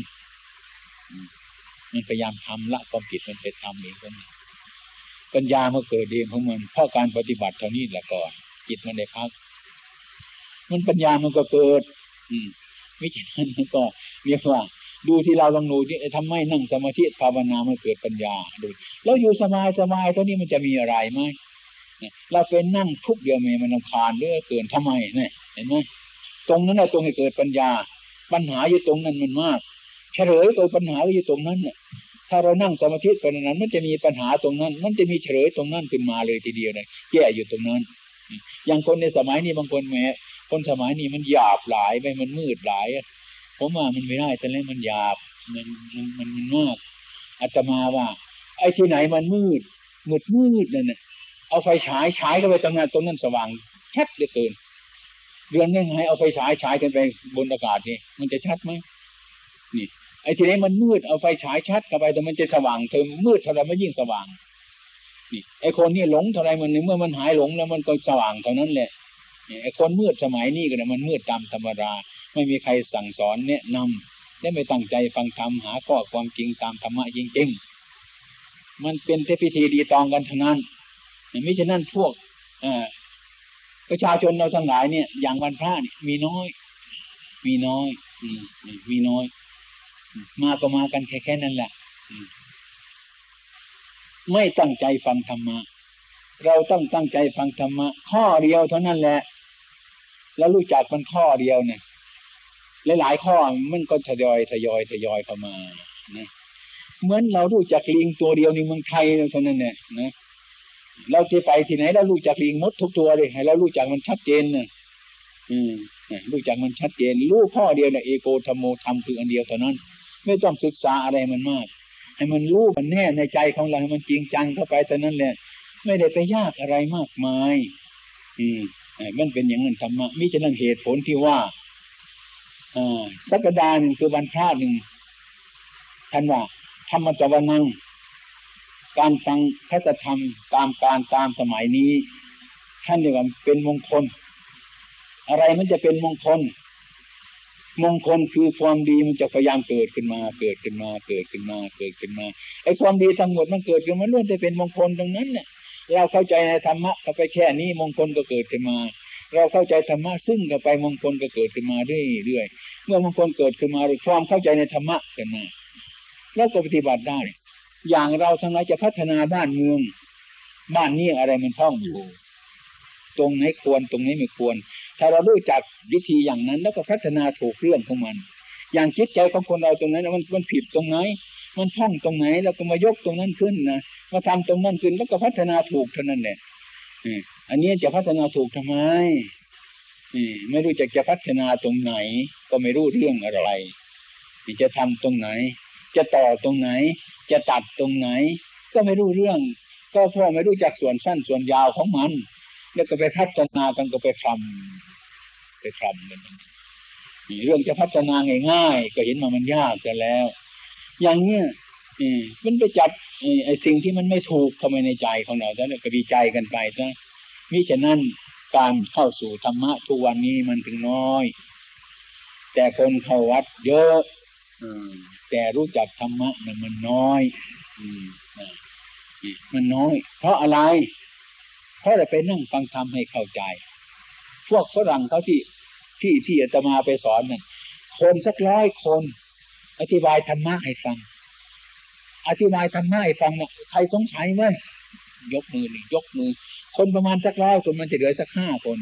มันพยายามทำละความผิดมันไปทำเองของมันปัญญามันเกิดเองของมันเพราะการปฏิบัติเท่านี้แหละก่อนจิตมันได้พักมันปัญญามันก็เกิดอืมไม่ใช่นั้นมันก็เรียกว่าดูที่เราลองดูที่ทำไมนั่งสมาธิภาวนามันเกิดปัญญาดูแล้วอยู่สบายสบายเท่านี้มันจะมีอะไรไหมเราเป็นนั่งทุกเดียวเมมันรำคาญเรื่อเกินทำไมเนี่ยเห็นไหมตรงนั้นแหละตรงให้เกิดปัญญาปัญหาอยู่ตรงนั้นมันมากเฉลยตัวปัญหาอยู่ตรงนั้นเนี่ยถ้าเรานั่งสมาธิไปนั้นมันจะมีปัญหาตรงนั้นมันจะมีเฉลยตรงนั้นขึ้นมาเลยทีเดียวเลยแก้อยู่ตรงนั้นอย่างคนในสมัยนี้บางคนแม้คนสมัยนี้มันหยาบหลายไปมันมืดหลายผมว่ามันไม่ได้แต่แล้วมันหยาบมันมันมันมันมากอาตมาว่าไอ้ที่ไหนมันมืดมืดมืดนั่นน่ะเอาไฟฉายฉายเข้าไปตรงนั้นตรงนั้นสว่างชัดเหลือเกินเดือนง่ายๆเอาไฟฉายฉายกันไปบนอากาศนี่มันจะชัดไหมนี่ไอ้ที่ไหนมันมืดเอาไฟฉายชัดเข้าไปแต่มันจะสว่างเธอมืดเท่าไรมันยิ่งสว่างนี่ไอ้คนนี่หลงเท่าไรมันเมื่อมันหายหลงแล้วมันก็สว่างเท่านั้นแหละไอ้คนมืดสมัยนี้ก็เนี่ยมันมืดตามธรรมดาไม่มีใครสั่งสอนแนะนำและไม่ตั้งใจฟังธรรมหาข้อความจริงตามธรรมะจริงๆมันเป็นเทพิธีดีตองกันเท่านั้นมิฉะนั้นพวกประชาชนเราทั้งหลายเนี่ยอย่างวันพระนี่มีน้อยมีน้อยมีน้อยมาก็มากันแค่แค่นั้นแหละไม่ตั้งใจฟังธรรมะเราต้องตั้งใจฟังธรรมะข้อเดียวเท่านั้นแหละแล้วรู้จักมันข้อเดียวเนี่ยหลายๆข้อมันก็ทยอยทยอยทยอยเข้ามานะเหมือนเรารู้จักลิงตัวเดียวในเมืองไทยเท่านั้นเนี่ยนะเราจะไปที่ไหนเรารู้จักลิงมดทุกตัวเลยให้เรารู้จักมันชัดเจนนะอืมรู้จักมันชัดเจนรู้ข้อเดียวเนี่ยเอโกธรรมโมธรรมคืออันเดียวเท่านั้นไม่ต้องศึกษาอะไรมันมากให้มันรู้มันแน่ในใจของเราให้มันจริงจังเข้าไปเท่านั้นแหละไม่ได้ไปยากอะไรมากมายอืมมันเป็นอย่างนั้นธรรมะมิฉะนั้นเหตุผลที่ว่าอ่าสักดาหนึ่งคือวันพระหนึ่งท่านว่าธรรมสวนังการฟังพระธรรมตามการตามสมัยนี้ท่านเรียกว่าเป็นมงคลอะไรมันจะเป็นมงคลมงคลคือความดีมันจะพยายามเกิดขึ้นมาเกิดขึ้นมาเกิดขึ้นมาเกิดขึ้นมาไอ้ความดีทั้งหมดมันเกิดขึ้นมาล้วนแต่เป็นมงคลตรงนั้นเนี่ยเราเข้าใจในธรรมะก็ไปแค่นี้มงคลก็เกิดขึ้นมาเราเข้าใจธรรมะซึ่งก็ไปมงคลก็เกิดขึ้นมาเรื่อยๆเมื่อมงคลเกิดขึ้นมาความเข้าใจในธรรมะขึ้นมาแล้วก็ปฏิบัติได้อย่างเราทั้งหลายจะพัฒนาบ้านเมืองบ้านนี้อะไรมันท่องอยู่ตรงไหนควรตรงไหนไม่ควรถ้าเรารู้จักวิธีอย่างนั้นแล้วก็พัฒนาถูกเรื่องของมันอย่างจิตใจของคนเราตรงนั้นมันมันผิดตรงไหนมันท่องตรงไหนแล้วก็มายกตรงนั้นขึ้นนะมาทำตรงนั้นขึ้นแล้วก็พัฒนาถูกเท่านั้นแหละอันนี้จะพัฒนาถูกทำไมไม่รู้จักจะพัฒนาตรงไหนก็ไม่รู้เรื่องอะไรจะทำตรงไหนจะต่อตรงไหนจะตัดตรงไหนก็ไม่รู้เรื่องก็เพราะไม่รู้จักส่วนสั้นส่วนยาวของมันแล้วก็ไปพัฒนากันก็ไปทำไปทำกันเรื่องจะพัฒนาง่ายๆก็เห็นมามันยากกันแล้วอย่างเนี้ยมันไปจับไอ้สิ่งที่มันไม่ถูกเข้ามาในใจของเราซะแล้วก็วิจัยกันไปซะมิฉะนั้นการเข้าสู่ธรรมะทุกวันนี้มันถึงน้อยแต่คนเข้าวัดเยอะแต่รู้จักธรรมะมันมันน้อยมันน้อยเพราะอะไรเพราะเราไปนั่งฟังธรรมให้เข้าใจพวกฝรั่งเขาที่ที่ที่อาตมาไปสอนนั่นคนสักร้อยคนอธิบายธรรมะให้ฟังอธิบายธรรมะให้ฟังนะใครสงสัยไหมยกมือนี่ยกมือคนประมาณสักร้อยคนมันจะเหลือสักห้าคน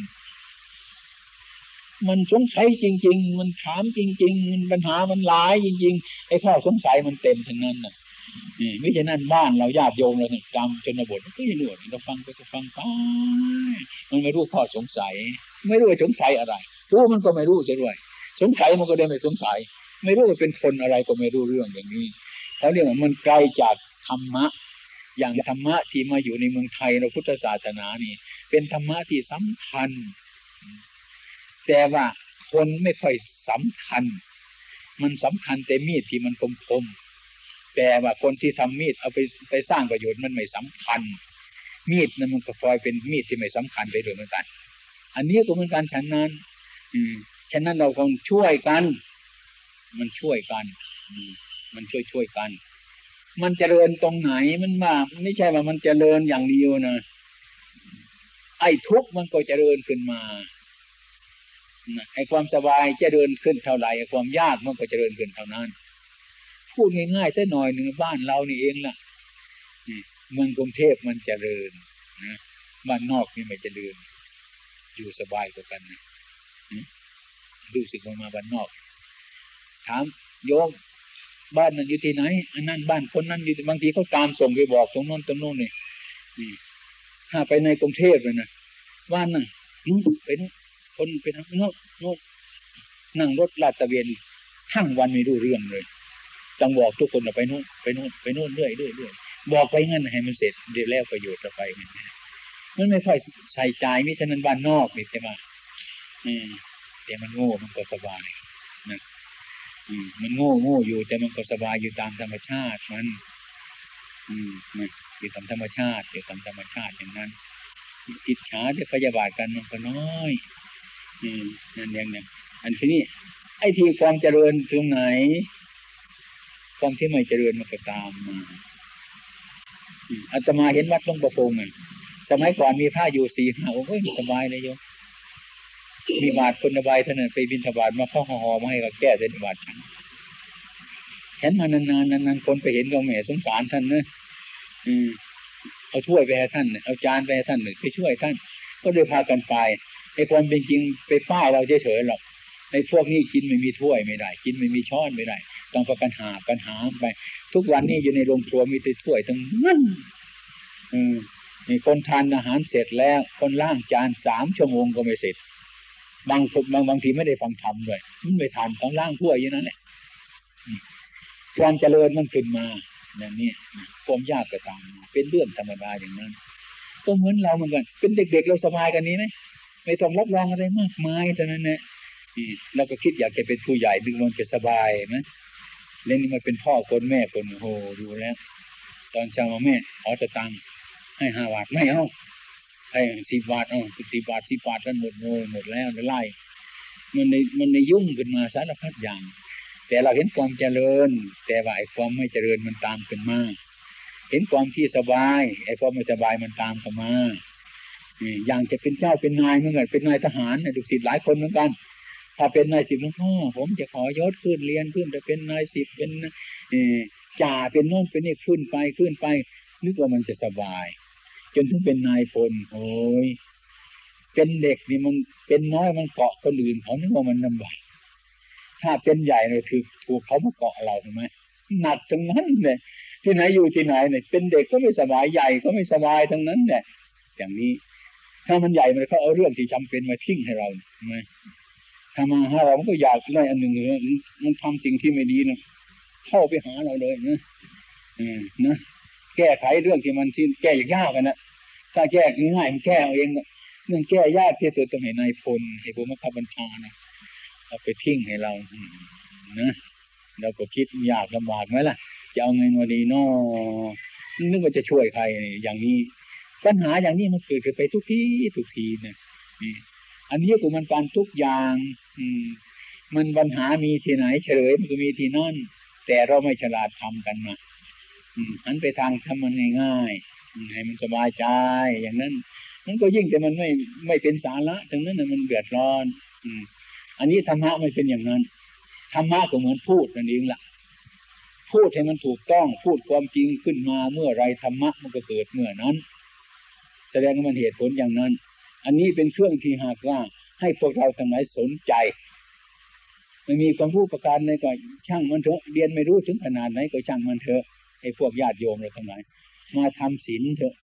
มันสงสัยจริงๆมันถามจริงๆมันปัญหามันหลายจริงๆไอ้ข้อสงสัยมันเต็มทั้งนั้นน่ะนี่ไม่ใช่นั่นบ้านเราญาติโยมเราเนี่ยจำชนบทก็ยังหนวดเราฟังก็จะฟังไปมันไม่รู้ข้อสงสัยไม่รู้ว่าสงสัยอะไรรู้มันก็ไม่รู้จะด้วยสงสัยมันก็ได้ไม่สงสัยไม่รู้ว่าเป็นคนอะไรก็ไม่รู้เรื่องอย่างนี้เขาเรียกว่ามันไกลจากธรรมะอย่างธรรมะที่มาอยู่ในเมืองไทยเราพุทธศาสนานี่เป็นธรรมะที่สำคัญแต่ว่าคนไม่ค่อยสำคัญมันสำคัญแต่มีดที่มันคมๆแต่ว่าคนที่ทำมีดเอาไปไปสร้างประโยชน์มันไม่สำคัญมีดนั้นมันก็พลอยเป็นมีดที่ไม่สำคัญไปด้วยเหมือนกันอันนี้ก็เหมือนกันฉะนั้นอืมฉะนั้นเราคงช่วยกันมันช่วยกันมันช่วยช่วยกันมันเจริญตรงไหนมันว่าไม่ใช่ว่ามันเจริญอย่างเดียวนะไอ้ทุกข์มันก็เจริญขึ้นมาไอ้ความสบายเจริญขึ้นเท่าไหร่ไอ้ความยากมันก็เจริญขึ้นเท่านั้นพูดง่ายๆซะหน่อยหนึ่งบ้านเรานี่เองล่ะเมืองกรุงเทพมันเจริญนะบ้านนอกนี่ไม่เจริญอยู่สบายกว่ากันนะรู้สึกว่ามาบ้านนอกถามโยมบ้านนั้นอยู่ที่ไหนอันนั้นบ้านคนนั้นอยู่บางทีเขาตามส่งไปบอกตรงโน้นตรงโน้นนี่ถ้าไปในกรุงเทพเลยนะบ้านนั่นนู่นไปนู่นคนไปทางโน้นโน้นนั่งรถลาดตระเวนทั้งวันไม่รู้เรื่องเลยต้องบอกทุกคนไปโน้นไปโน้นไปโน้นเรื่อยเรื่อยเรื่อยบอกไปงั้นให้มันเสร็จเดี๋ยวแล้วประโยชน์จะไปมันไม่ค่อยใส่ใจมิฉะนั้นบ้านนอกนี่ใช่ไหมอืมแต่มันโง่มันก็สบายนะอืมมันโง่โง่อยู่แต่มันก็สบายอยู่ตามธรรมชาติมันอืมนะอยู่ตามธรรมชาติอยู่ตามธรรมชาติอย่างนั้นอิจฉาที่พยาบาทกันมันก็น้อยอืมนั่นอย่างนั้นอันที่นี้ไอ้ที่ความเจริญตรงไหนความที่ไม่เจริญมันก็ตามมาอาตมาเห็นวัดหลวงปู่พงษ์มันสมัยก่อนมีพระอยู่สี่ห้าองค์ก็สบายเลยโยมมีบาทคนละใบเท่านั้นไปบิณฑบาตมาเข้าห่อมาให้กับแก้เส้นบาทฉันเห็นมานานๆนานๆคนไปเห็นก็แหมสงสารท่านนะอืมเอาถ้วยไปให้ท่านเอาจานไปให้ท่านไปช่วยท่านก็เลยพากันไปไอ้ความเป็นจริงไปป้ายเราเฉยๆหรอกไอ้พวกนี้กินไม่มีถ้วยไม่ได้กินไม่มีช้อนไม่ได้ต้องพากันหากันหาไปทุกวันนี้อยู่ในโรงครัวมีแต่ถ้วยทั้งนั้นอืมมีคนทานอาหารเสร็จแล้วคนล้างจานสามชั่วโมงก็ไม่เสร็จบางบางบางทีไม่ได้ฟังธรรมด้วยไม่ทานของล้างถ้วยอย่างนั้นแหละความเจริญมันขึ้นมาอย่างนี้ความยากก็ตามมาเป็นเรื่องธรรมดาอย่างนั้นก็เหมือนเราเหมือนกันเป็นเด็กๆเราสบายกันนี้ไหมไม่ต้องรับรองอะไรมากมายเท่านั้นแหละเราก็คิดอยากจะเป็นผู้ใหญ่ดึงมันจะสบายไหมเล่นนี่มันเป็นพ่อคนแม่คนโหดูแล้วตอนเช้ามาแม่ขอสตังค์ให้ห้าบาทไม่เอาให้สิบบาทเอาสิบบาทสิบบาทกันหมดโง่หมดแล้วไล่มันในมันในยุ่งขึ้นมาสารพัดอย่างแต่เราเห็นความเจริญแต่ว่าไอ้ความไม่เจริญมันตามขึ้นมาเห็นความที่สบายไอ้ความไม่สบายมันตามเข้ามาอย่างจะเป็นเจ้าเป็นนายเหมือนกันเป็นนายทหารเนี่ยดุสิตหลายคนเหมือนกันถ้าเป็นนายสิบหลวงพ่อผมจะขอยศขึ้นเรียนขึ้นแต่เป็นนายสิบเป็นจ่าเป็นโน่นเป็นนี่ขึ้นไปขึ้นไปนึกว่ามันจะสบายจนถึงเป็นนายพลโอ้ยเป็นเด็กนี่มันเป็นน้อยมันเกาะคนอื่นเขานึกว่ามันลำบากถ้าเป็นใหญ่เลยถือถูกเขามาเกาะเราใช่ไหมหนักทั้งนั้นเลยที่ไหนอยู่ที่ไหนเนี่ยเป็นเด็กก็ไม่สบายใหญ่ก็ไม่สบายทั้งนั้นแหละอย่างนี้ถ้ามันใหญ่มันเขาเอาเรื่องที่จำเป็นมาทิ้งให้เราใช่ไหมถ้ามาหาเรามันก็อยากได้อันหนึ่งเลยมันทำสิ่งที่ไม่ดีนะเข้าไปหาเราเลยนะอืมนะแก้ไขเรื่องที่มันที่แก้ยากกันนะถ้าแก้ง่ายมันแก้เอาเองเรื่องแก้ยากที่สุดต้องให้นายพลให้ผู้บังคับบัญชานะเอาไปทิ้งให้เรานะเราก็คิดยากลำบากไหมล่ะจะเอาเงินมาดีนอนึกว่าจะช่วยใครอย่างนี้ปัญหาอย่างนี้มันเกิดขึ้นไปทุกทีทุกทีเนี่ยนี่อันนี้ก็มันการทุกอย่างอืมมันปัญหามีที่ไหนเฉลยมันก็มีที่นั่นแต่เราไม่ฉลาดทำกันนะหันไปทางทำมันง่ายๆให้มันสบายใจอย่างนั้นมันก็ยิ่งแต่มันไม่ไม่เป็นสาระถึงนั้นน่ะมันเดือดร้อนอืมอันนี้ธรรมะไม่เป็นอย่างนั้นธรรมะก็เหมือนพูดนั่นเองล่ะพูดให้มันถูกต้องพูดความจริงขึ้นมาเมื่อไรธรรมะมันก็เกิดเมื่อนั้นแสดงว่ามันเหตุผลอย่างนั้นอันนี้เป็นเครื่องที่หากว่าให้พวกเราทั้งหลายสนใจไม่มีความรู้ประการใดก็ช่างมันเถอะเรียนไม่รู้ถึงขนาดไหนก็ช่างมันเถอะไอ้พวกญาติโยมเราทั้งหลายมาทำศีลเถอะ